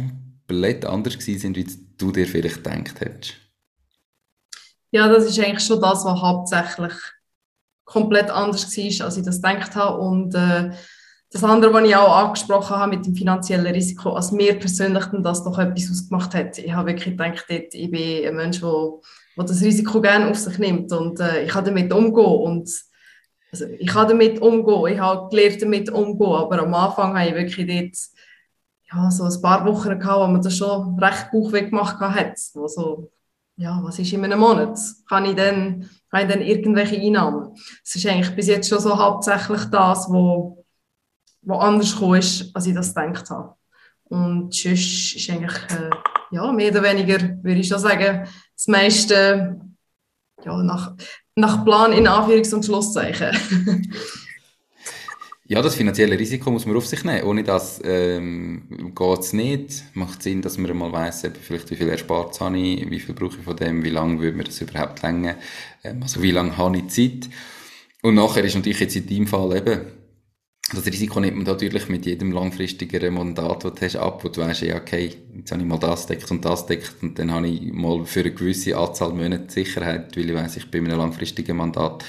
komplett anders gewesen sind, wie du dir vielleicht gedacht hättest? Ja, das ist eigentlich schon das, was hauptsächlich komplett anders war, als ich das gedacht habe. Und das andere, was ich auch angesprochen habe mit dem finanziellen Risiko, als mir persönlich dann das doch etwas ausgemacht hat. Ich habe wirklich gedacht, ich bin ein Mensch, der das Risiko gerne auf sich nimmt und ich kann damit umgehen. Und also, ich kann damit umgehen, ich habe gelernt, damit umzugehen, aber am Anfang habe ich wirklich dort ja, so ein paar Wochen gehabt, wo man das schon recht Bauchweh gemacht hat. Wo so, ja, was ist in einem Monat? Habe ich dann irgendwelche Einnahmen? Es ist eigentlich bis jetzt schon so hauptsächlich das, was anders gekommen ist, als ich das gedacht habe. Und sonst ist eigentlich, ja, mehr oder weniger, würde ich schon sagen, das meiste ja, nach Plan in Anführungs- und Schlusszeichen. Ja, das finanzielle Risiko muss man auf sich nehmen. Ohne das geht es nicht. Macht Sinn, dass man mal weiss, vielleicht wie viel Erspartes habe ich, wie viel brauche ich von dem, wie lange würde mir das überhaupt länger, also wie lange habe ich Zeit. Und nachher ist natürlich jetzt in deinem Fall eben, das Risiko nimmt man natürlich mit jedem langfristigeren Mandat, das du hast, ab, wo du weißt, ja, okay, jetzt habe ich mal das deckt und das deckt und dann habe ich mal für eine gewisse Anzahl Monate Sicherheit, weil ich weiss, ich bin in einem langfristigen Mandat.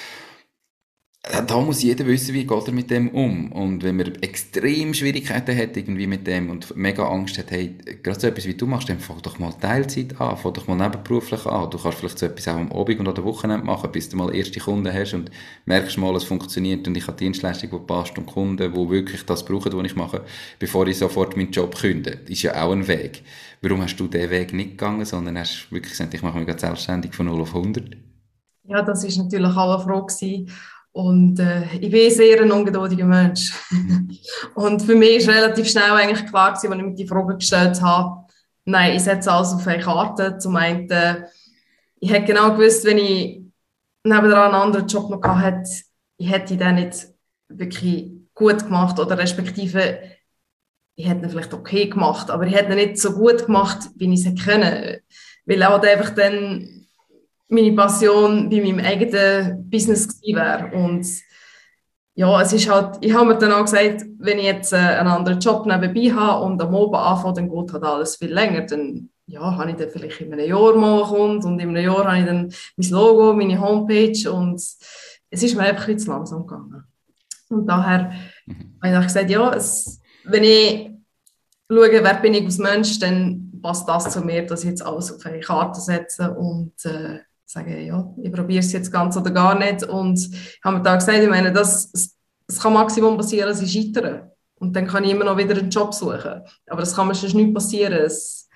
Da muss jeder wissen, wie geht er mit dem um. Und wenn man extrem Schwierigkeiten hat irgendwie mit dem und mega Angst hat, hey, gerade so etwas wie du machst, dann fang doch mal Teilzeit an, fang doch mal nebenberuflich an. Du kannst vielleicht so etwas auch am Abend und an der Wochenende machen, bis du mal erste Kunden hast und merkst mal, es funktioniert und ich habe Dienstleistung, die passt und Kunden, die wirklich das brauchen, was ich mache, bevor ich sofort meinen Job kündige. Das ist ja auch ein Weg. Warum hast du diesen Weg nicht gegangen, sondern hast wirklich gesagt, ich mache mich gerade selbstständig von 0 auf 100? Ja, das ist natürlich auch eine Frage gewesen. Und ich bin sehr ein ungeduldiger Mensch. Und für mich ist relativ schnell eigentlich klar gewesen, als ich mir die Frage gestellt habe, nein, ich setze alles auf eine Karte. Zum einen, ich hätte genau gewusst, wenn ich nebenan einen anderen Job noch gehabt hätte, ich hätte den nicht wirklich gut gemacht oder respektive, ich hätte ihn vielleicht okay gemacht, aber ich hätte ihn nicht so gut gemacht, wie ich es hätte können. Weil auch einfach dann meine Passion bei meinem eigenen Business gewesen wäre. Und ja, es ist halt, ich habe mir dann auch gesagt, wenn ich jetzt einen anderen Job nebenbei habe und am Abend anfange, dann geht halt alles viel länger. Dann ja, habe ich dann vielleicht in einem Jahr mal einen Kunden und in einem Jahr habe ich dann mein Logo, meine Homepage und es ist mir einfach ein bisschen zu langsam gegangen. Und daher habe ich gesagt, ja, wenn ich schaue, wer bin ich als Mensch, dann passt das zu mir, dass ich jetzt alles auf eine Karte setze und sage, ja, ich probiere es jetzt ganz oder gar nicht. Und ich habe mir da gesagt, ich meine, es kann Maximum passieren, dass ich scheitere. Und dann kann ich immer noch wieder einen Job suchen. Aber das kann mir sonst nicht passieren.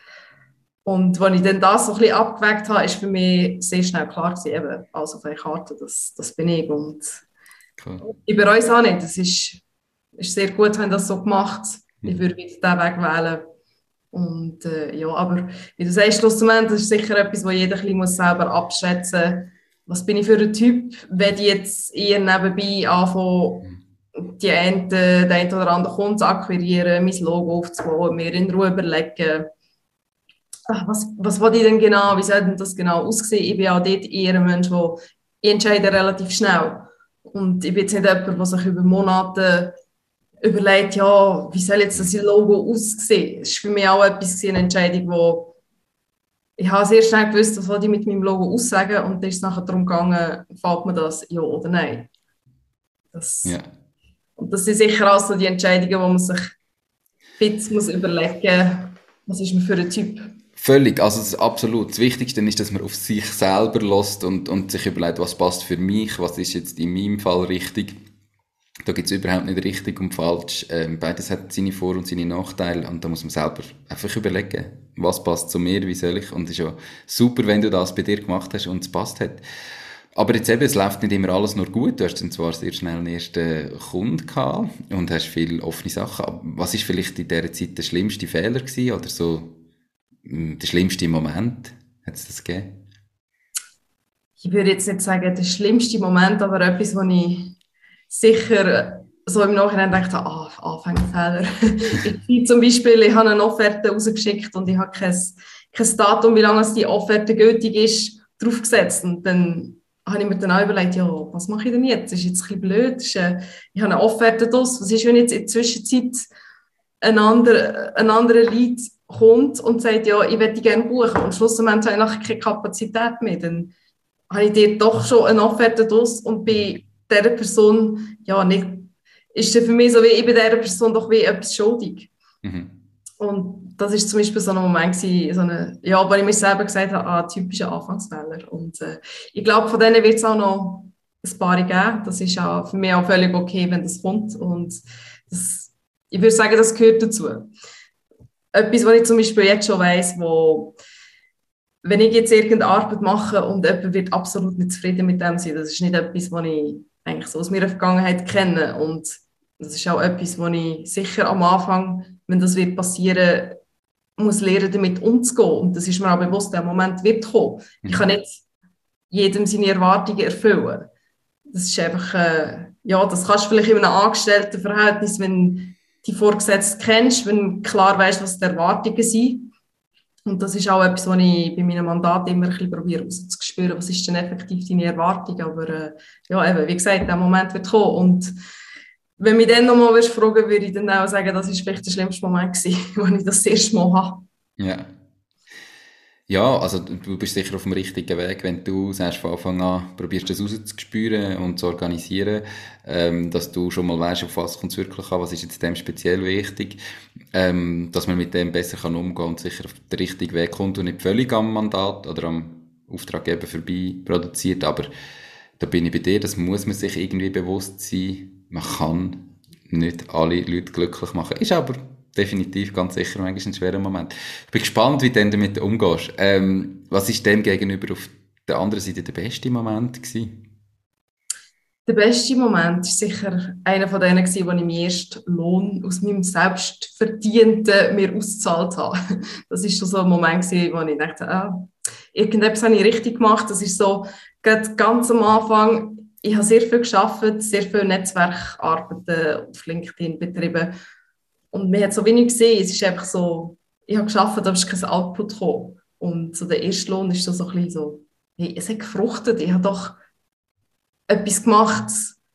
Und als ich dann das so ein bisschen abgewägt habe, ist für mich sehr schnell klar gewesen, eben, also auf eine Karte, das bin ich. Und cool. Ich bereue es auch nicht. Es ist sehr gut, wenn das so gemacht. Ich würde wieder diesen Weg wählen. Und ja, aber wie du sagst, schlussendlich, das ist sicher etwas, wo jeder ein bisschen selber abschätzen muss. Was bin ich für ein Typ? Wenn ich jetzt eher nebenbei anfange, den einen oder anderen Kunden zu akquirieren, mein Logo aufzubauen, mir in Ruhe überlegen, was will ich denn genau, wie soll denn das genau aussehen? Ich bin auch dort eher ein Mensch, der entscheide relativ schnell. Und ich bin jetzt nicht jemand, der sich über Monate überlegt, ja, wie soll jetzt das Logo aussehen? Das war für mich auch eine Entscheidung, wo ich habe sehr schnell gewusst, was will ich mit meinem Logo aussagen und dann ist es nachher darum gegangen, gefällt mir das, ja oder nein. Und das sind sicher auch so die Entscheidungen, wo man sich ein bisschen überlegen muss, was ist man für ein Typ. Völlig, also das absolut. Das Wichtigste ist, dass man auf sich selber lässt und sich überlegt, was passt für mich, was ist jetzt in meinem Fall richtig. Da gibt es überhaupt nicht richtig und falsch. Beides hat seine Vor- und seine Nachteile und da muss man selber einfach überlegen, was passt zu mir, wie soll ich. Und es ist ja super, wenn du das bei dir gemacht hast und es passt hat. Aber jetzt eben, es läuft nicht immer alles nur gut. Du hast dann zwar sehr schnell einen ersten Kunden gehabt und hast viele offene Sachen. Aber was ist vielleicht in dieser Zeit der schlimmste Fehler gewesen oder so der schlimmste Moment? Hat es das gegeben? Ich würde jetzt nicht sagen, der schlimmste Moment, aber etwas, wo ich sicher so im Nachhinein gedacht habe, Anfängerfehler. Ich zum Beispiel, ich habe eine Offerte rausgeschickt und ich habe kein Datum, wie lange die Offerte gültig ist, draufgesetzt. Und dann habe ich mir dann auch überlegt, ja, was mache ich denn jetzt? Das ist jetzt ein bisschen blöd. Ich habe eine Offerte draus. Was ist, wenn jetzt in der Zwischenzeit ein anderer Lead kommt und sagt, ja, ich möchte gerne buchen und schlussendlich habe ich nachher keine Kapazität mehr, dann habe ich dir doch schon eine Offerte draus und bei dieser Person, ja, nicht, ist es für mich so, wie ich bei dieser Person doch wie etwas schuldig. Mhm. Und das ist zum Beispiel so ein Moment gewesen, ja, wo ich mir selber gesagt habe, typischer Anfangsfehler. Und ich glaube, von denen wird es auch noch ein paar geben. Das ist ja für mich auch völlig okay, wenn das kommt. Und ich würde sagen, das gehört dazu. Etwas, was ich zum Beispiel jetzt schon weiss, wenn ich jetzt irgendeine Arbeit mache und jemand wird absolut nicht zufrieden mit dem sein, das ist nicht etwas, was ich eigentlich so aus meiner Vergangenheit kenne. Und das ist auch etwas, was ich sicher am Anfang, wenn das wird passieren, muss lernen, damit umzugehen. Und das ist mir auch bewusst, der Moment wird kommen. Ich kann nicht jedem seine Erwartungen erfüllen. Das ist einfach, ja, das kannst du vielleicht in einem Angestelltenverhältnis, wenn die Vorgesetzten kennst, wenn du klar weißt, was die Erwartungen sind. Und das ist auch etwas, was ich bei meinem Mandat immer ein bisschen probiere rauszuspüren, was ist denn effektiv deine Erwartung. Aber ja, eben, wie gesagt, der Moment wird kommen. Und wenn mich dann nochmal fragen würde ich dann auch sagen, das war vielleicht der schlimmste Moment gewesen, wo ich das erste Mal habe. Ja. Ja, also du bist sicher auf dem richtigen Weg, wenn du sagst, von Anfang an probierst das rauszuspüren und zu organisieren, dass du schon mal weißt, auf was kommt es wirklich an, was ist jetzt dem speziell wichtig, dass man mit dem besser kann umgehen und sicher auf den richtigen Weg kommt und nicht völlig am Mandat oder am Auftraggeber vorbei produziert, aber da bin ich bei dir, das muss man sich irgendwie bewusst sein, man kann nicht alle Leute glücklich machen, ist aber definitiv, ganz sicher, manchmal ein schwerer Moment. Ich bin gespannt, wie du dann damit umgehst. Was war dem gegenüber auf der anderen Seite der beste Moment gewesen? Der beste Moment war sicher einer von denen, wo ich meinen ersten Lohn aus meinem Selbstverdienten mir ausgezahlt habe. Das war schon so ein Moment, wo ich dachte, irgendetwas habe ich richtig gemacht. Das ist so, ganz am Anfang, ich habe sehr viel gearbeitet, sehr viel Netzwerkarbeiten auf LinkedIn betrieben. Und man hat so wenig gesehen, es ist einfach so, ich habe gearbeitet, aber es ist kein Output gekommen. Und so der erste Lohn ist so ein bisschen so, hey, es hat gefruchtet, ich habe doch etwas gemacht,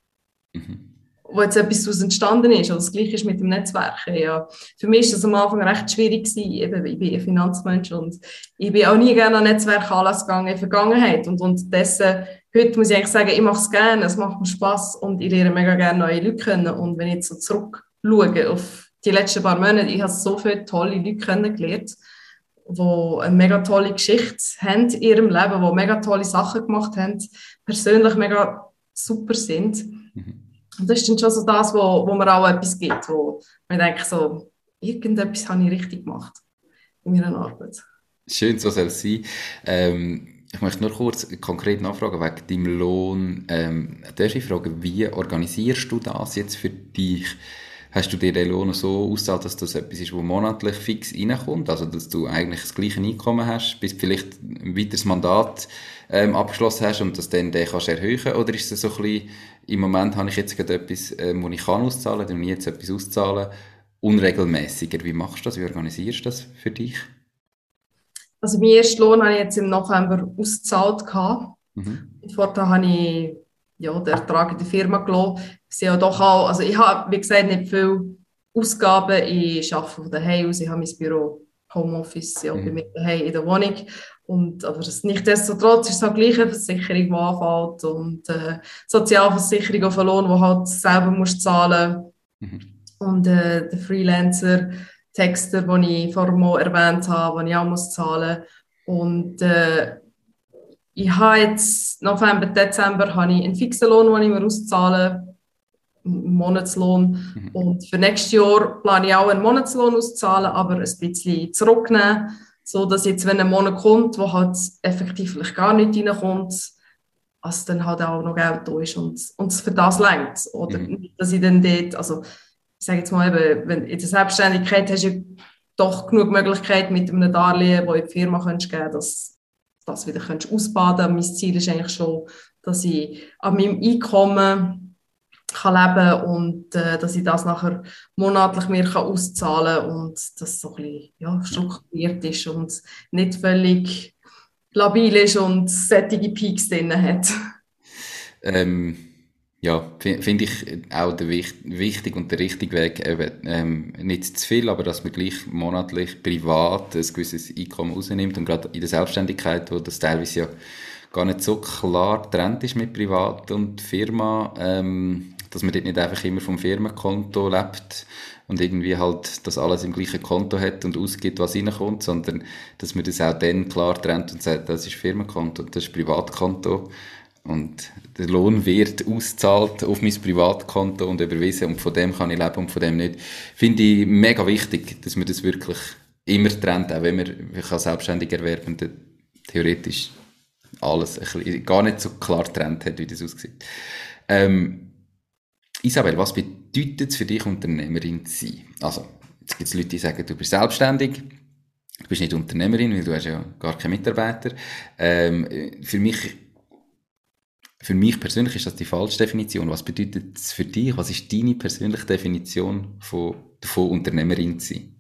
wo jetzt etwas daraus entstanden ist. Und das Gleiche ist mit dem Netzwerk. Ja. Für mich war das am Anfang recht schwierig gewesen. Eben, ich bin ein Finanzmensch und ich bin auch nie gerne an Netzwerkanlässe gegangen in der Vergangenheit. Und unterdessen, heute muss ich eigentlich sagen, ich mache es gerne, es macht mir Spass und ich lerne mega gerne neue Leute kennen. Und wenn ich jetzt so zurückschaue auf die letzten paar Monate, ich habe so viele tolle Leute kennengelernt, die eine mega tolle Geschichte haben in ihrem Leben, die mega tolle Sachen gemacht haben, persönlich mega super sind. Und das ist dann schon so das, wo mir auch etwas gibt, wo ich denke, so, irgendetwas habe ich richtig gemacht in meiner Arbeit. Schön, so soll es sein. Ich möchte nur kurz konkret nachfragen wegen deinem Lohn. Darf ich fragen, wie organisierst du das jetzt für dich? Hast du dir den Lohn so ausgezahlt, dass das etwas ist, das monatlich fix reinkommt? Also, dass du eigentlich das gleiche Einkommen hast, bis du vielleicht ein weiteres Mandat abgeschlossen hast und das dann den kannst erhöhen? Oder ist es so ein bisschen, im Moment habe ich jetzt gerade etwas, wo ich kann auszahlen, dann jetzt etwas auszahlen, unregelmäßiger? Wie machst du das? Wie organisierst du das für dich? Also, meinen ersten Lohn habe ich jetzt im November ausgezahlt. Vorher habe ich den Ertrag in der Firma gelassen. Ja doch auch, also ich habe, wie gesagt, nicht viele Ausgaben. Ich arbeite von daheim aus, ich habe mein Büro, Homeoffice, bei mir daheim in der Wohnung. Aber nichtsdestotrotz ist es auch gleich eine Versicherung, die anfällt und Sozialversicherung auf einen Lohn, den halt selber musst zahlen. Und der Freelancer, Texter, den ich vorher mal erwähnt habe, den ich auch muss zahlen. Und ich habe jetzt November, Dezember habe ich einen fixen Lohn, den ich mir auszahle, einen Monatslohn. Und für nächstes Jahr plane ich auch einen Monatslohn auszahlen, aber ein bisschen zurücknehmen, sodass jetzt, wenn ein Monat kommt, wo halt effektiv gar nicht reinkommt, also dann halt auch noch Geld da ist und es für das reicht. Oder dass ich dann dort, also ich sage jetzt mal eben, wenn in der Selbstständigkeit hast du ja doch genug Möglichkeiten mit einem Darlehen, das in die Firma geben kannst, dass das wieder ausbaden kannst. Mein Ziel ist eigentlich schon, dass ich an meinem Einkommen kann leben und dass ich das nachher monatlich mir auszahlen kann und das so ein bisschen strukturiert ist und nicht völlig labil ist und sättige Peaks drin hat. Ja, finde ich auch wichtig und der richtige Weg, eben, nicht zu viel, aber dass man gleich monatlich privat ein gewisses Einkommen rausnimmt und gerade in der Selbstständigkeit, wo das teilweise ja gar nicht so klar getrennt ist mit Privat und Firma, dass man dort nicht einfach immer vom Firmenkonto lebt und irgendwie halt das alles im gleichen Konto hat und ausgibt, was reinkommt, sondern dass man das auch dann klar trennt und sagt, das ist Firmenkonto, das ist Privatkonto. Und der Lohn wird ausgezahlt auf mein Privatkonto und überwiesen und von dem kann ich leben und von dem nicht. Finde ich mega wichtig, dass man das wirklich immer trennt, auch wenn man als Selbstständiger Erwerbende theoretisch alles ein bisschen, gar nicht so klar getrennt hat, wie das aussieht. Isabel, was bedeutet es für dich, Unternehmerin zu sein? Also, jetzt gibt es Leute, die sagen, du bist selbstständig, du bist nicht Unternehmerin, weil du hast ja gar keine Mitarbeiter. Für mich persönlich ist das die falsche Definition. Was bedeutet es für dich? Was ist deine persönliche Definition von Unternehmerin zu sein?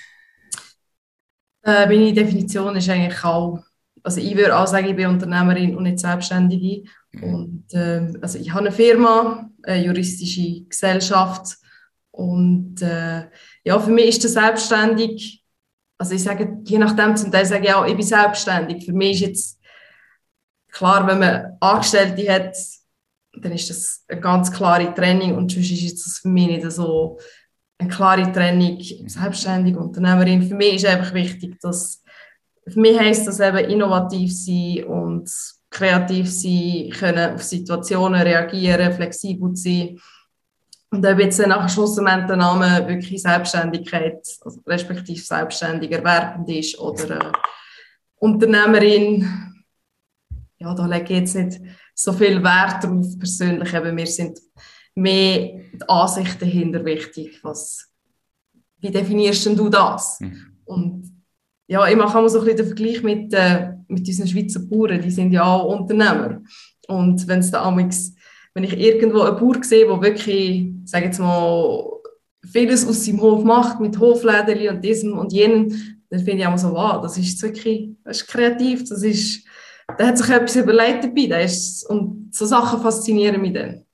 Meine Definition ist eigentlich auch, also ich würde auch sagen, ich bin Unternehmerin und nicht Selbstständige. Und also ich habe eine Firma, eine juristische Gesellschaft und ja, für mich ist das selbstständig, also ich sage, je nachdem, zum Teil sage ich auch, ich bin selbstständig. Für mich ist jetzt klar, wenn man Angestellte hat, dann ist das eine ganz klare Trennung und sonst ist das für mich nicht so eine klare Trennung, selbstständig, Unternehmerin. Für mich ist einfach wichtig, dass, für mich heisst das eben innovativ sein und kreativ sein, können auf Situationen reagieren, flexibel sein. Und ob jetzt nach schlussendlich der Name wirklich Selbstständigkeit, also respektive selbstständig erwerbend ist oder Unternehmerin, ja, da lege ich jetzt nicht so viel Wert drauf persönlich. Eben, mir sind mehr die Ansichten dahinter wichtig. Wie definierst denn du das? Und ja, ich mache auch so ein bisschen den Vergleich mit unseren Schweizer Bauern. Die sind ja auch Unternehmer. Und wenn ich irgendwo einen Bauer sehe, der wirklich, sage jetzt mal, vieles aus seinem Hof macht, mit Hofläderli und diesem und jenem, dann finde ich auch so, wow, das ist kreativ, der hat sich etwas überlegt dabei. Und so Sachen faszinieren mich dann.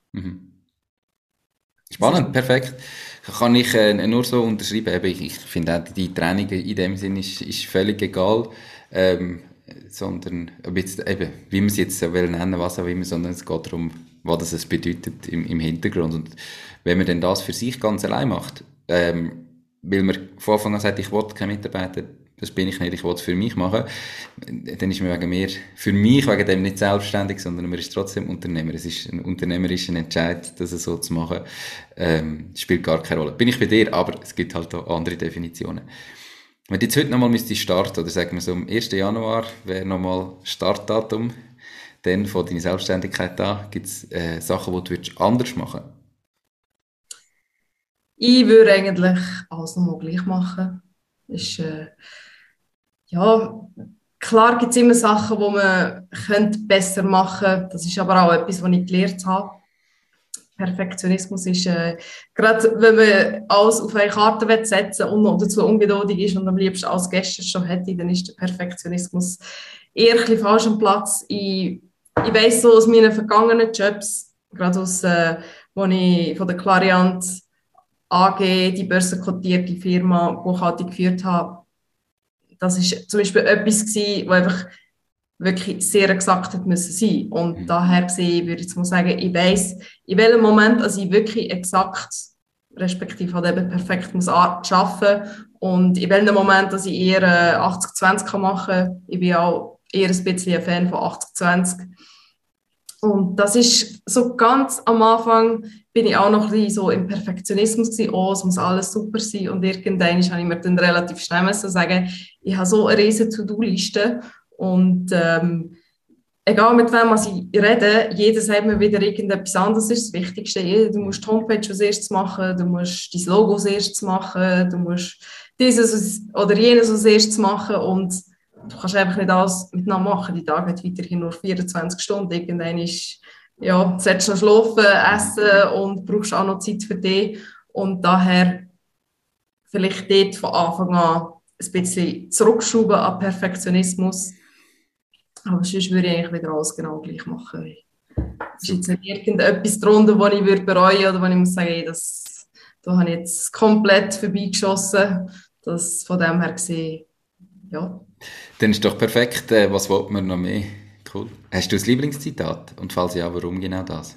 Spannend, perfekt. Kann ich nur so unterschreiben. Ich finde auch, die Trennung in dem Sinn ist völlig egal. Sondern, ob jetzt, eben, wie man es jetzt nennen will, was auch immer, sondern es geht darum, was es bedeutet im Hintergrund. Und wenn man denn das für sich ganz allein macht, weil man von Anfang an sagt, ich will keine Mitarbeiter, das bin ich nicht, ich will es für mich machen, dann ist man für mich wegen dem nicht selbstständig, sondern man ist trotzdem Unternehmer. Es ist ein unternehmerischer Entscheid, das so zu machen. Spielt gar keine Rolle. Bin ich bei dir, aber es gibt halt auch andere Definitionen. Wenn du jetzt heute nochmal starten, oder sagen wir so am 1. Januar wäre nochmal Startdatum, dann von deiner Selbstständigkeit an, gibt es Sachen, die du anders machen würdest? Ich würde eigentlich alles nochmal gleich machen. Ja, klar gibt es immer Sachen, die man besser machen könnte. Das ist aber auch etwas, was ich gelernt habe. Perfektionismus ist, gerade wenn man alles auf eine Karte setzen will und noch dazu ungeduldig ist und am liebsten alles gestern schon hätte, dann ist der Perfektionismus eher ein bisschen falsch am Platz. Ich weiss so aus meinen vergangenen Jobs, gerade wo ich von der Clariant AG, die börsenkotierte Firma, Buchhaltung geführt habe, das war zum Beispiel etwas gewesen, wo einfach wirklich sehr exakt hat müssen sein. Und daher gesehen, würde ich jetzt mal sagen, ich weiss, in welchem Moment also ich wirklich exakt, respektive halt eben perfekt muss arbeiten und in welchem Moment dass ich eher 80-20 machen kann. Ich bin auch eher ein bisschen ein Fan von 80-20. Und das ist so ganz am Anfang, bin ich auch noch ein bisschen so im Perfektionismus gewesen. Oh, es muss alles super sein. Und irgendwann habe ich mir dann relativ schnell sagen, ich habe so eine riesige To-Do-Liste. Und egal mit wem ich rede, jeder sagt mir wieder irgendetwas anderes ist das Wichtigste. Du musst die Homepage als erstes machen, du musst dein Logo als erstes machen, du musst dieses oder jenes als erstes machen und du kannst einfach nicht alles miteinander machen. Die Tage hat weiterhin nur 24 Stunden. Irgendwann ist, ja, solltest du noch schlafen, essen und brauchst auch noch Zeit für dich. Und daher vielleicht dort von Anfang an ein bisschen zurückschrauben an Perfektionismus. Aber sonst würde ich eigentlich wieder alles genau gleich machen. ist jetzt nicht irgendetwas drunter, das ich bereuen würde oder wo ich muss sagen, ey, da habe ich jetzt komplett vorbeigeschossen. Das von dem her gesehen, ja. Dann ist doch perfekt. Was will man noch mehr? Cool. Hast du ein Lieblingszitat? Und falls ja, warum genau das?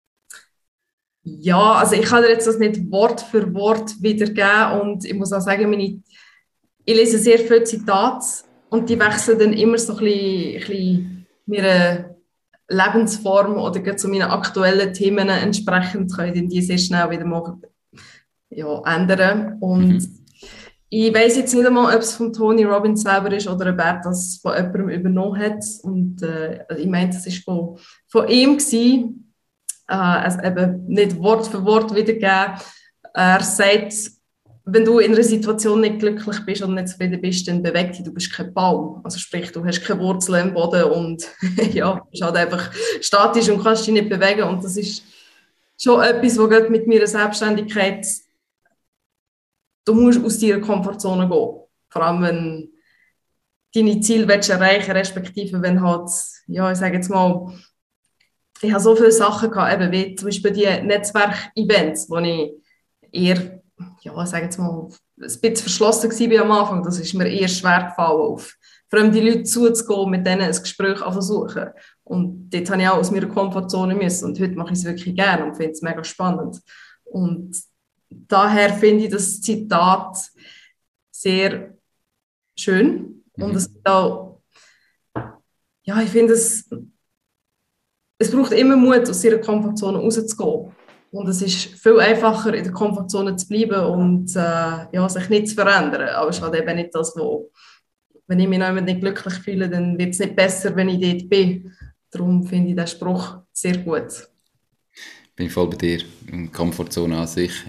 Ja, also ich kann dir jetzt das nicht Wort für Wort wiedergeben und ich muss auch sagen, ich lese sehr viele Zitate und die wechseln dann immer so ein bisschen meiner Lebensform oder gerade zu meinen aktuellen Themen entsprechend können die sehr schnell wieder mal ändern. Und ich weiß jetzt nicht einmal, ob es von Tony Robbins selber ist oder ob er das von jemandem übernommen hat. Und also ich meine, das war von ihm gewesen. Also eben nicht Wort für Wort wiedergeben. Er sagt, wenn du in einer Situation nicht glücklich bist und nicht zufrieden bist, dann beweg dich, du bist kein Baum. Also sprich, du hast keine Wurzeln im Boden und ja, bist halt einfach statisch und kannst dich nicht bewegen. Und das ist schon etwas, was gerade mit meiner Selbstständigkeit, du musst aus deiner Komfortzone gehen. Vor allem, wenn deine Ziele erreichen willst, respektive wenn halt, ja, ich sage jetzt mal, ich habe so viele Sachen gehabt, eben wie zum Beispiel die Netzwerk-Events, wo ich eher, ja, ich sage jetzt mal, ein bisschen verschlossen war am Anfang. Das ist mir eher schwer gefallen, auf fremde Leute zuzugehen, mit denen ein Gespräch zu versuchen. Und dort habe ich auch aus meiner Komfortzone müssen. Und heute mache ich es wirklich gerne und finde es mega spannend. Und daher finde ich das Zitat sehr schön. Und es auch, ja, ich finde es braucht immer Mut, aus ihrer Komfortzone rauszugehen. Und es ist viel einfacher, in der Komfortzone zu bleiben und ja, sich nicht zu verändern. Aber es ist halt eben nicht das, wenn ich mich noch nicht glücklich fühle, dann wird es nicht besser, wenn ich dort bin. Darum finde ich den Spruch sehr gut. Bin ich voll bei dir. Komfortzone an sich.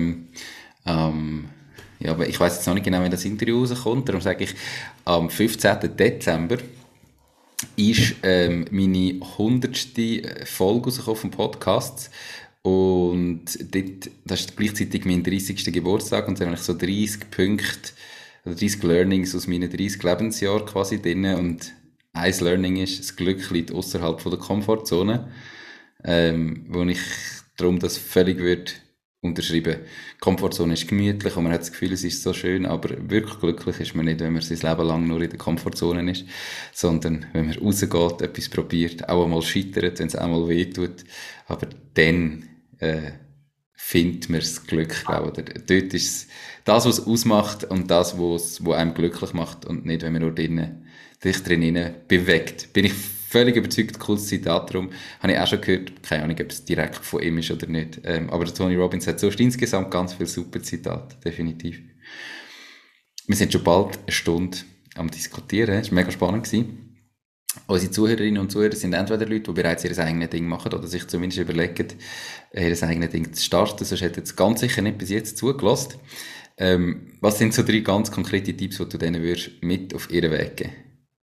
Ja, aber ich weiss jetzt noch nicht genau, wenn das Interview rauskommt. Darum sage ich, am 15. Dezember ist meine 100. Folge rausgekommen vom Podcast. Und dort, das ist gleichzeitig mein 30. Geburtstag und da habe ich so 30 Punkte, oder 30 Learnings aus meinen 30 Lebensjahren quasi drin. Und ein Learning ist, das Glück liegt außerhalb der Komfortzone, wo ich darum das völlig würde unterschreiben. Die Komfortzone ist gemütlich und man hat das Gefühl, es ist so schön, aber wirklich glücklich ist man nicht, wenn man sein Leben lang nur in der Komfortzone ist, sondern wenn man rausgeht, etwas probiert, auch einmal scheitert, wenn es einmal wehtut, aber dann findet man das Glück, glaube ich. Dort ist es das, was es ausmacht und das, was einem glücklich macht und nicht, wenn man nur sich drinnen bewegt. Bin ich völlig überzeugt, cooles Zitat darum. Habe ich auch schon gehört, keine Ahnung, ob es direkt von ihm ist oder nicht. Aber der Tony Robbins hat sonst insgesamt ganz viele super Zitate, definitiv. Wir sind schon bald eine Stunde am Diskutieren, es war mega spannend gewesen. Unsere Zuhörerinnen und Zuhörer sind entweder Leute, die bereits ihr eigenes Ding machen oder sich zumindest überlegen, ihr eigenes Ding zu starten, sonst hätten sie ganz sicher nicht bis jetzt zugelassen. Was sind so 3 ganz konkrete Tipps, die du denen würdest mit auf ihren Weg geben?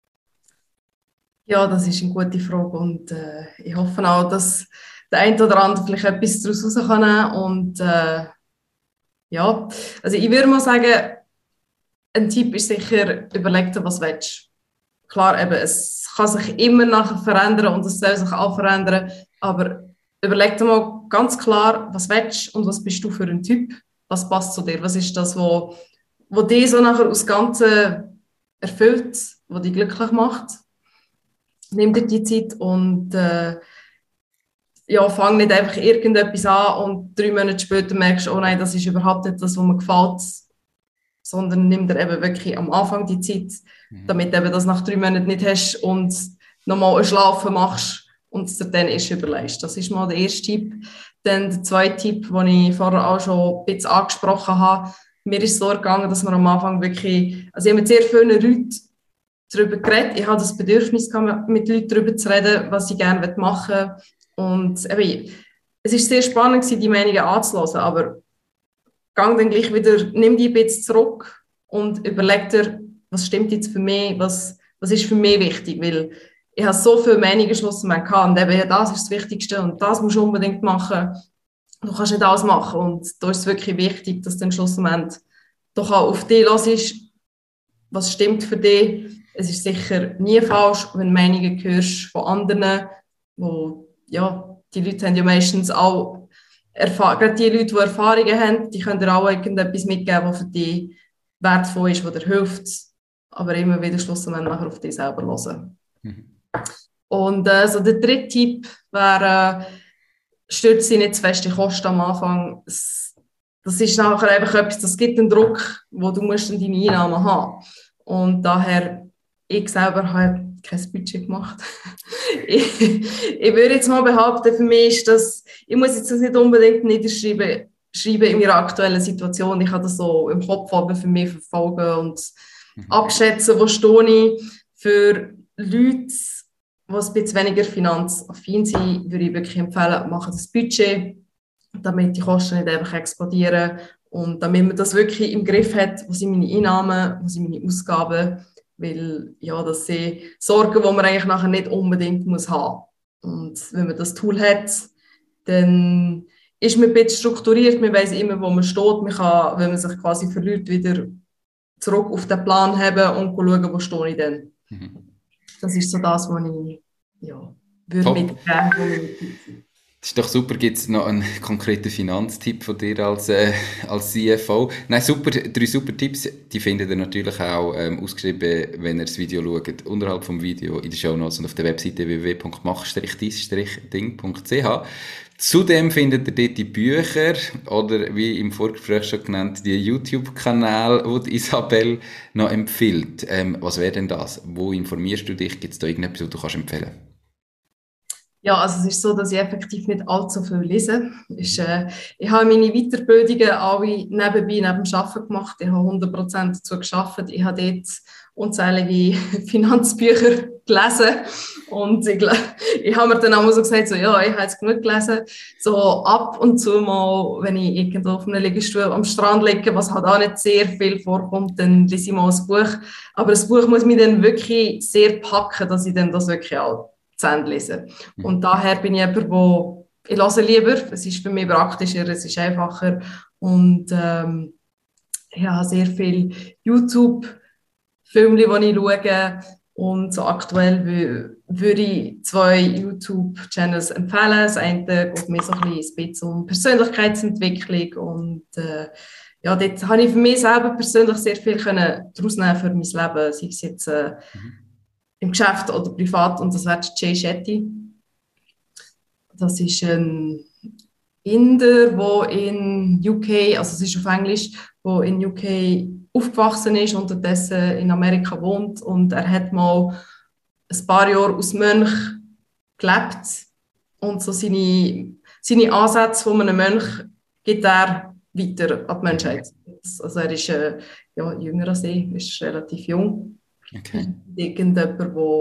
Ja, das ist eine gute Frage und ich hoffe auch, dass der eine oder andere vielleicht etwas daraus raus kann nehmen und ja, also ich würde mal sagen, ein Tipp ist sicher, überleg dir, was du willst. Klar, eben, es kann sich immer nachher verändern und es soll sich auch verändern, aber überleg dir mal ganz klar, was willst und was bist du für ein Typ, was passt zu dir, was ist das, wo dich so nachher aus Ganze erfüllt, was dich glücklich macht. Nimm dir die Zeit und ja, fang nicht einfach irgendetwas an und 3 Monate später merkst du, oh nein, das ist überhaupt nicht das, was mir gefällt, sondern nimm dir eben wirklich am Anfang die Zeit, damit eben das nach 3 Monaten nicht hast und nochmal ein Schlafen machst und es dir dann erst überlegst. Das ist mal der erste Tipp. Dann der zweite Tipp, den ich vorher auch schon ein bisschen angesprochen habe. Mir ist es so gegangen, dass wir am Anfang wirklich, also ich habe mit sehr vielen Leuten darüber geredet. Ich habe das Bedürfnis gehabt, mit Leuten darüber zu reden, was sie gerne machen wollen. Und eben, es war sehr spannend, die Meinungen anzuhören, aber gang dann gleich wieder, nimm die ein bisschen zurück und überleg dir, was stimmt jetzt für mich, was ist für mich wichtig, weil ich habe so viele Meinungen geschlossen und eben, ja, das ist das Wichtigste und das musst du unbedingt machen. Du kannst nicht alles machen und da ist es wirklich wichtig, dass du am Schlussendlich doch auch auf dich hörst, was stimmt für dich. Es ist sicher nie falsch, wenn du Meinungen hörst von anderen, die ja, die Leute haben ja meistens auch, gerade die Leute, die Erfahrungen haben, die können dir auch irgendetwas mitgeben, was für dich wertvoll ist, was dir hilft, aber immer wieder schlussendlich nachher auf dich selber hören. Mhm. Und so der dritte Tipp wäre, stürzt sie nicht zu fest die Kosten am Anfang. Das ist nachher einfach etwas, das gibt einen Druck, wo du musst in deine Einnahmen haben. Und daher, ich selber habe kein Budget gemacht. ich würde jetzt mal behaupten, für mich ist das, ich muss jetzt das nicht unbedingt niederschreiben in meiner aktuellen Situation. Ich kann das so im Kopf aber für mich verfolgen und abschätzen, wo stehe ich. Für Leute, die ein bisschen weniger finanzaffin sind, würde ich wirklich empfehlen, machen das Budget, damit die Kosten nicht einfach explodieren und damit man das wirklich im Griff hat, wo sind meine Einnahmen, wo sind meine Ausgaben, weil ja, das sind Sorgen, die man eigentlich nachher nicht unbedingt muss haben. Und wenn man das Tool hat, dann ist man ein bisschen strukturiert, man weiss immer, wo man steht, man kann, wenn man sich quasi verliert, wieder zurück auf den Plan haben und schauen, wo stehe ich denn. Mhm. Das ist so das, was ich würde mitgeben. Das ist doch super. Gibt es noch einen konkreten Finanztipp von dir als CFO? Nein, super, 3 super Tipps. Die findet ihr natürlich auch ausgeschrieben, wenn ihr das Video schaut, unterhalb vom Video in den Shownotes und auf der Webseite www.mach-dis-ding.ch. Zudem findet ihr dort die Bücher oder wie im Vorgespräch schon genannt, die YouTube-Kanal, die Isabel noch empfiehlt. Was wäre denn das? Wo informierst du dich? Gibt es da irgendetwas, was du kannst empfehlen? Ja, also es ist so, dass ich effektiv nicht allzu viel lese. Ich habe meine Weiterbildungen alle nebenbei, neben dem Arbeiten gemacht. Ich habe 100% dazu gearbeitet. Ich habe dort unzählige Finanzbücher gelesen. Und ich habe mir dann auch so gesagt, so, ja, ich habe jetzt genug gelesen. So ab und zu mal, wenn ich irgendwo auf einem Liegestuhl am Strand liege, was halt auch nicht sehr viel vorkommt, dann lese ich mal ein Buch. Aber das Buch muss mich dann wirklich sehr packen, dass ich dann das wirklich auch zu Ende lese. Und daher bin ich jemand, ich lese lieber, es ist für mich praktischer, es ist einfacher und ich habe sehr viele YouTube-Filme, die ich schaue und so aktuell würde ich 2 YouTube-Channels empfehlen. Das eine geht mir so ein bisschen um Persönlichkeitsentwicklung und ja, dort habe ich für mich selber persönlich sehr viel daraus nehmen für mein Leben, sei es jetzt im Geschäft oder privat, und das wäre Jay Shetty. Das ist ein Inder, der in UK, also es ist auf Englisch, der in UK aufgewachsen ist, unterdessen in Amerika wohnt und er hat mal ein paar Jahre als Mönch gelebt und so seine Ansätze von einem Mönch gibt er weiter an die Menschheit. Also er ist jünger als ich, ist relativ jung. Okay. Irgendjemand,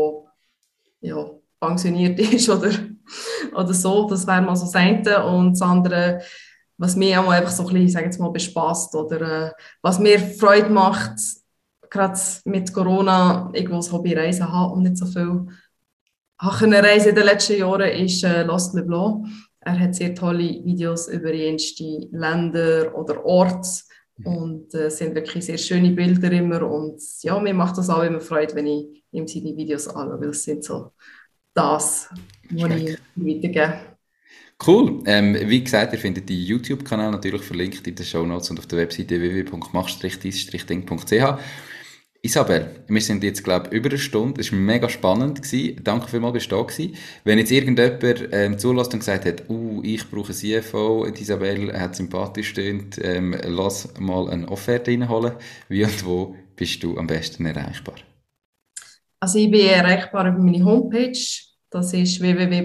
der pensioniert ist oder so, das wäre mal so das eine. Und das andere, was mich auch einfach so ein bisschen, sage jetzt mal, bespaßt oder was mir Freude macht, gerade mit Corona, ich will das Hobby Reisen haben und nicht so viel eine Reise in den letzten Jahren, ist Lost Le Blanc. Er hat sehr tolle Videos über jenste Länder oder Orte. Und es sind wirklich sehr schöne Bilder immer. Und ja, mir macht das auch immer Freude, wenn ich ihm seine Videos anschaue, weil es sind so das, was ich weitergebe. Cool. Wie gesagt, ihr findet die YouTube-Kanal natürlich verlinkt in den Shownotes und auf der Webseite www.mach-dis-ding.ch. Isabel, wir sind jetzt, glaube ich, über eine Stunde. Es war mega spannend gewesen. Danke vielmals, dass du da warst. Wenn jetzt irgendjemand zulässt und gesagt hat, ich brauche ein CFO, Isabel hat sympathisch gestimmt, lass mal eine Offerte reinholen. Wie und wo bist du am besten erreichbar? Also ich bin erreichbar über meine Homepage. Das ist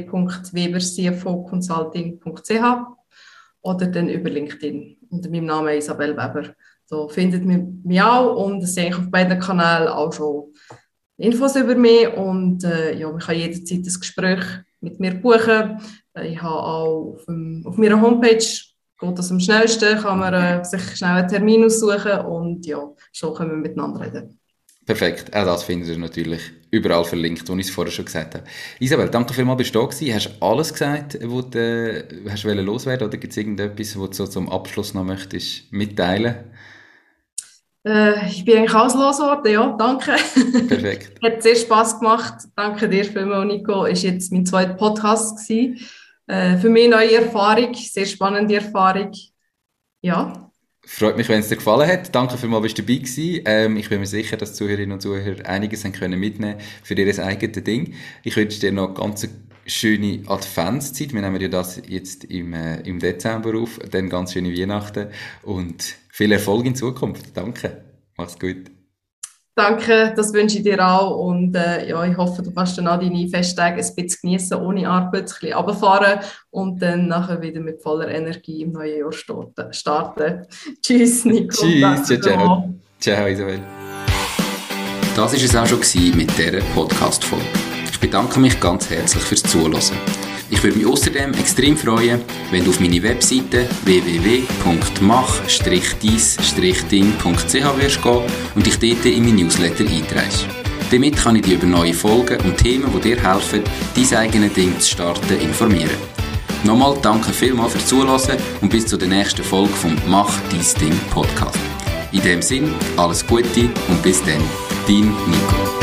www.webercfoconsulting.ch oder dann über LinkedIn unter meinem Namen Isabel Weber. So findet man mich auch und es sind auf beiden Kanälen auch schon Infos über mich und man kann jederzeit ein Gespräch mit mir buchen. Ich habe auch auf meiner Homepage, geht das am schnellsten, kann man sich schnell einen Termin aussuchen und ja, schon können wir miteinander reden. Perfekt, auch das findet ihr natürlich überall verlinkt, wo ich es vorher schon gesagt habe. Isabel, danke vielmals, dass du da warst. Hast du alles gesagt, was du loswerden wolltest, oder gibt es irgendetwas, was du zum Abschluss noch möchtest mitteilen? Ich bin eigentlich alles losgeworden, ja, danke. Perfekt. Hat sehr Spass gemacht. Danke dir vielmals, Nico. Es war jetzt mein zweiter Podcast gewesen. Für mich eine neue Erfahrung, sehr spannende Erfahrung. Ja. Freut mich, wenn es dir gefallen hat. Danke vielmals, dass du dabei warst. Ich bin mir sicher, dass die Zuhörerinnen und Zuhörer einiges mitnehmen können für ihr eigenes Ding. Ich wünsche dir noch ganz schöne Adventszeit. Wir nehmen ja das jetzt im Dezember auf. Dann ganz schöne Weihnachten und viel Erfolg in Zukunft. Danke. Mach's gut. Danke, das wünsche ich dir auch. Und ich hoffe, du kannst dann auch deine Festtage ein bisschen genießen, ohne Arbeit, ein bisschen runterfahren und dann nachher wieder mit voller Energie im neuen Jahr starten. Tschüss, Nico. Tschüss, ciao. Ciao, Isabel. Das war es auch schon mit dieser Podcast-Folge. Ich bedanke mich ganz herzlich fürs Zuhören. Ich würde mich außerdem extrem freuen, wenn du auf meine Webseite www.mach-deis-ding.ch wirst gehen und dich dort in mein Newsletter einträgst. Damit kann ich dich über neue Folgen und Themen, die dir helfen, dein eigenes Ding zu starten, informieren. Nochmal danke vielmals fürs Zuhören und bis zur nächsten Folge vom Mach Deis Ding Podcast. In dem Sinn, alles Gute und bis dann, dein Nico.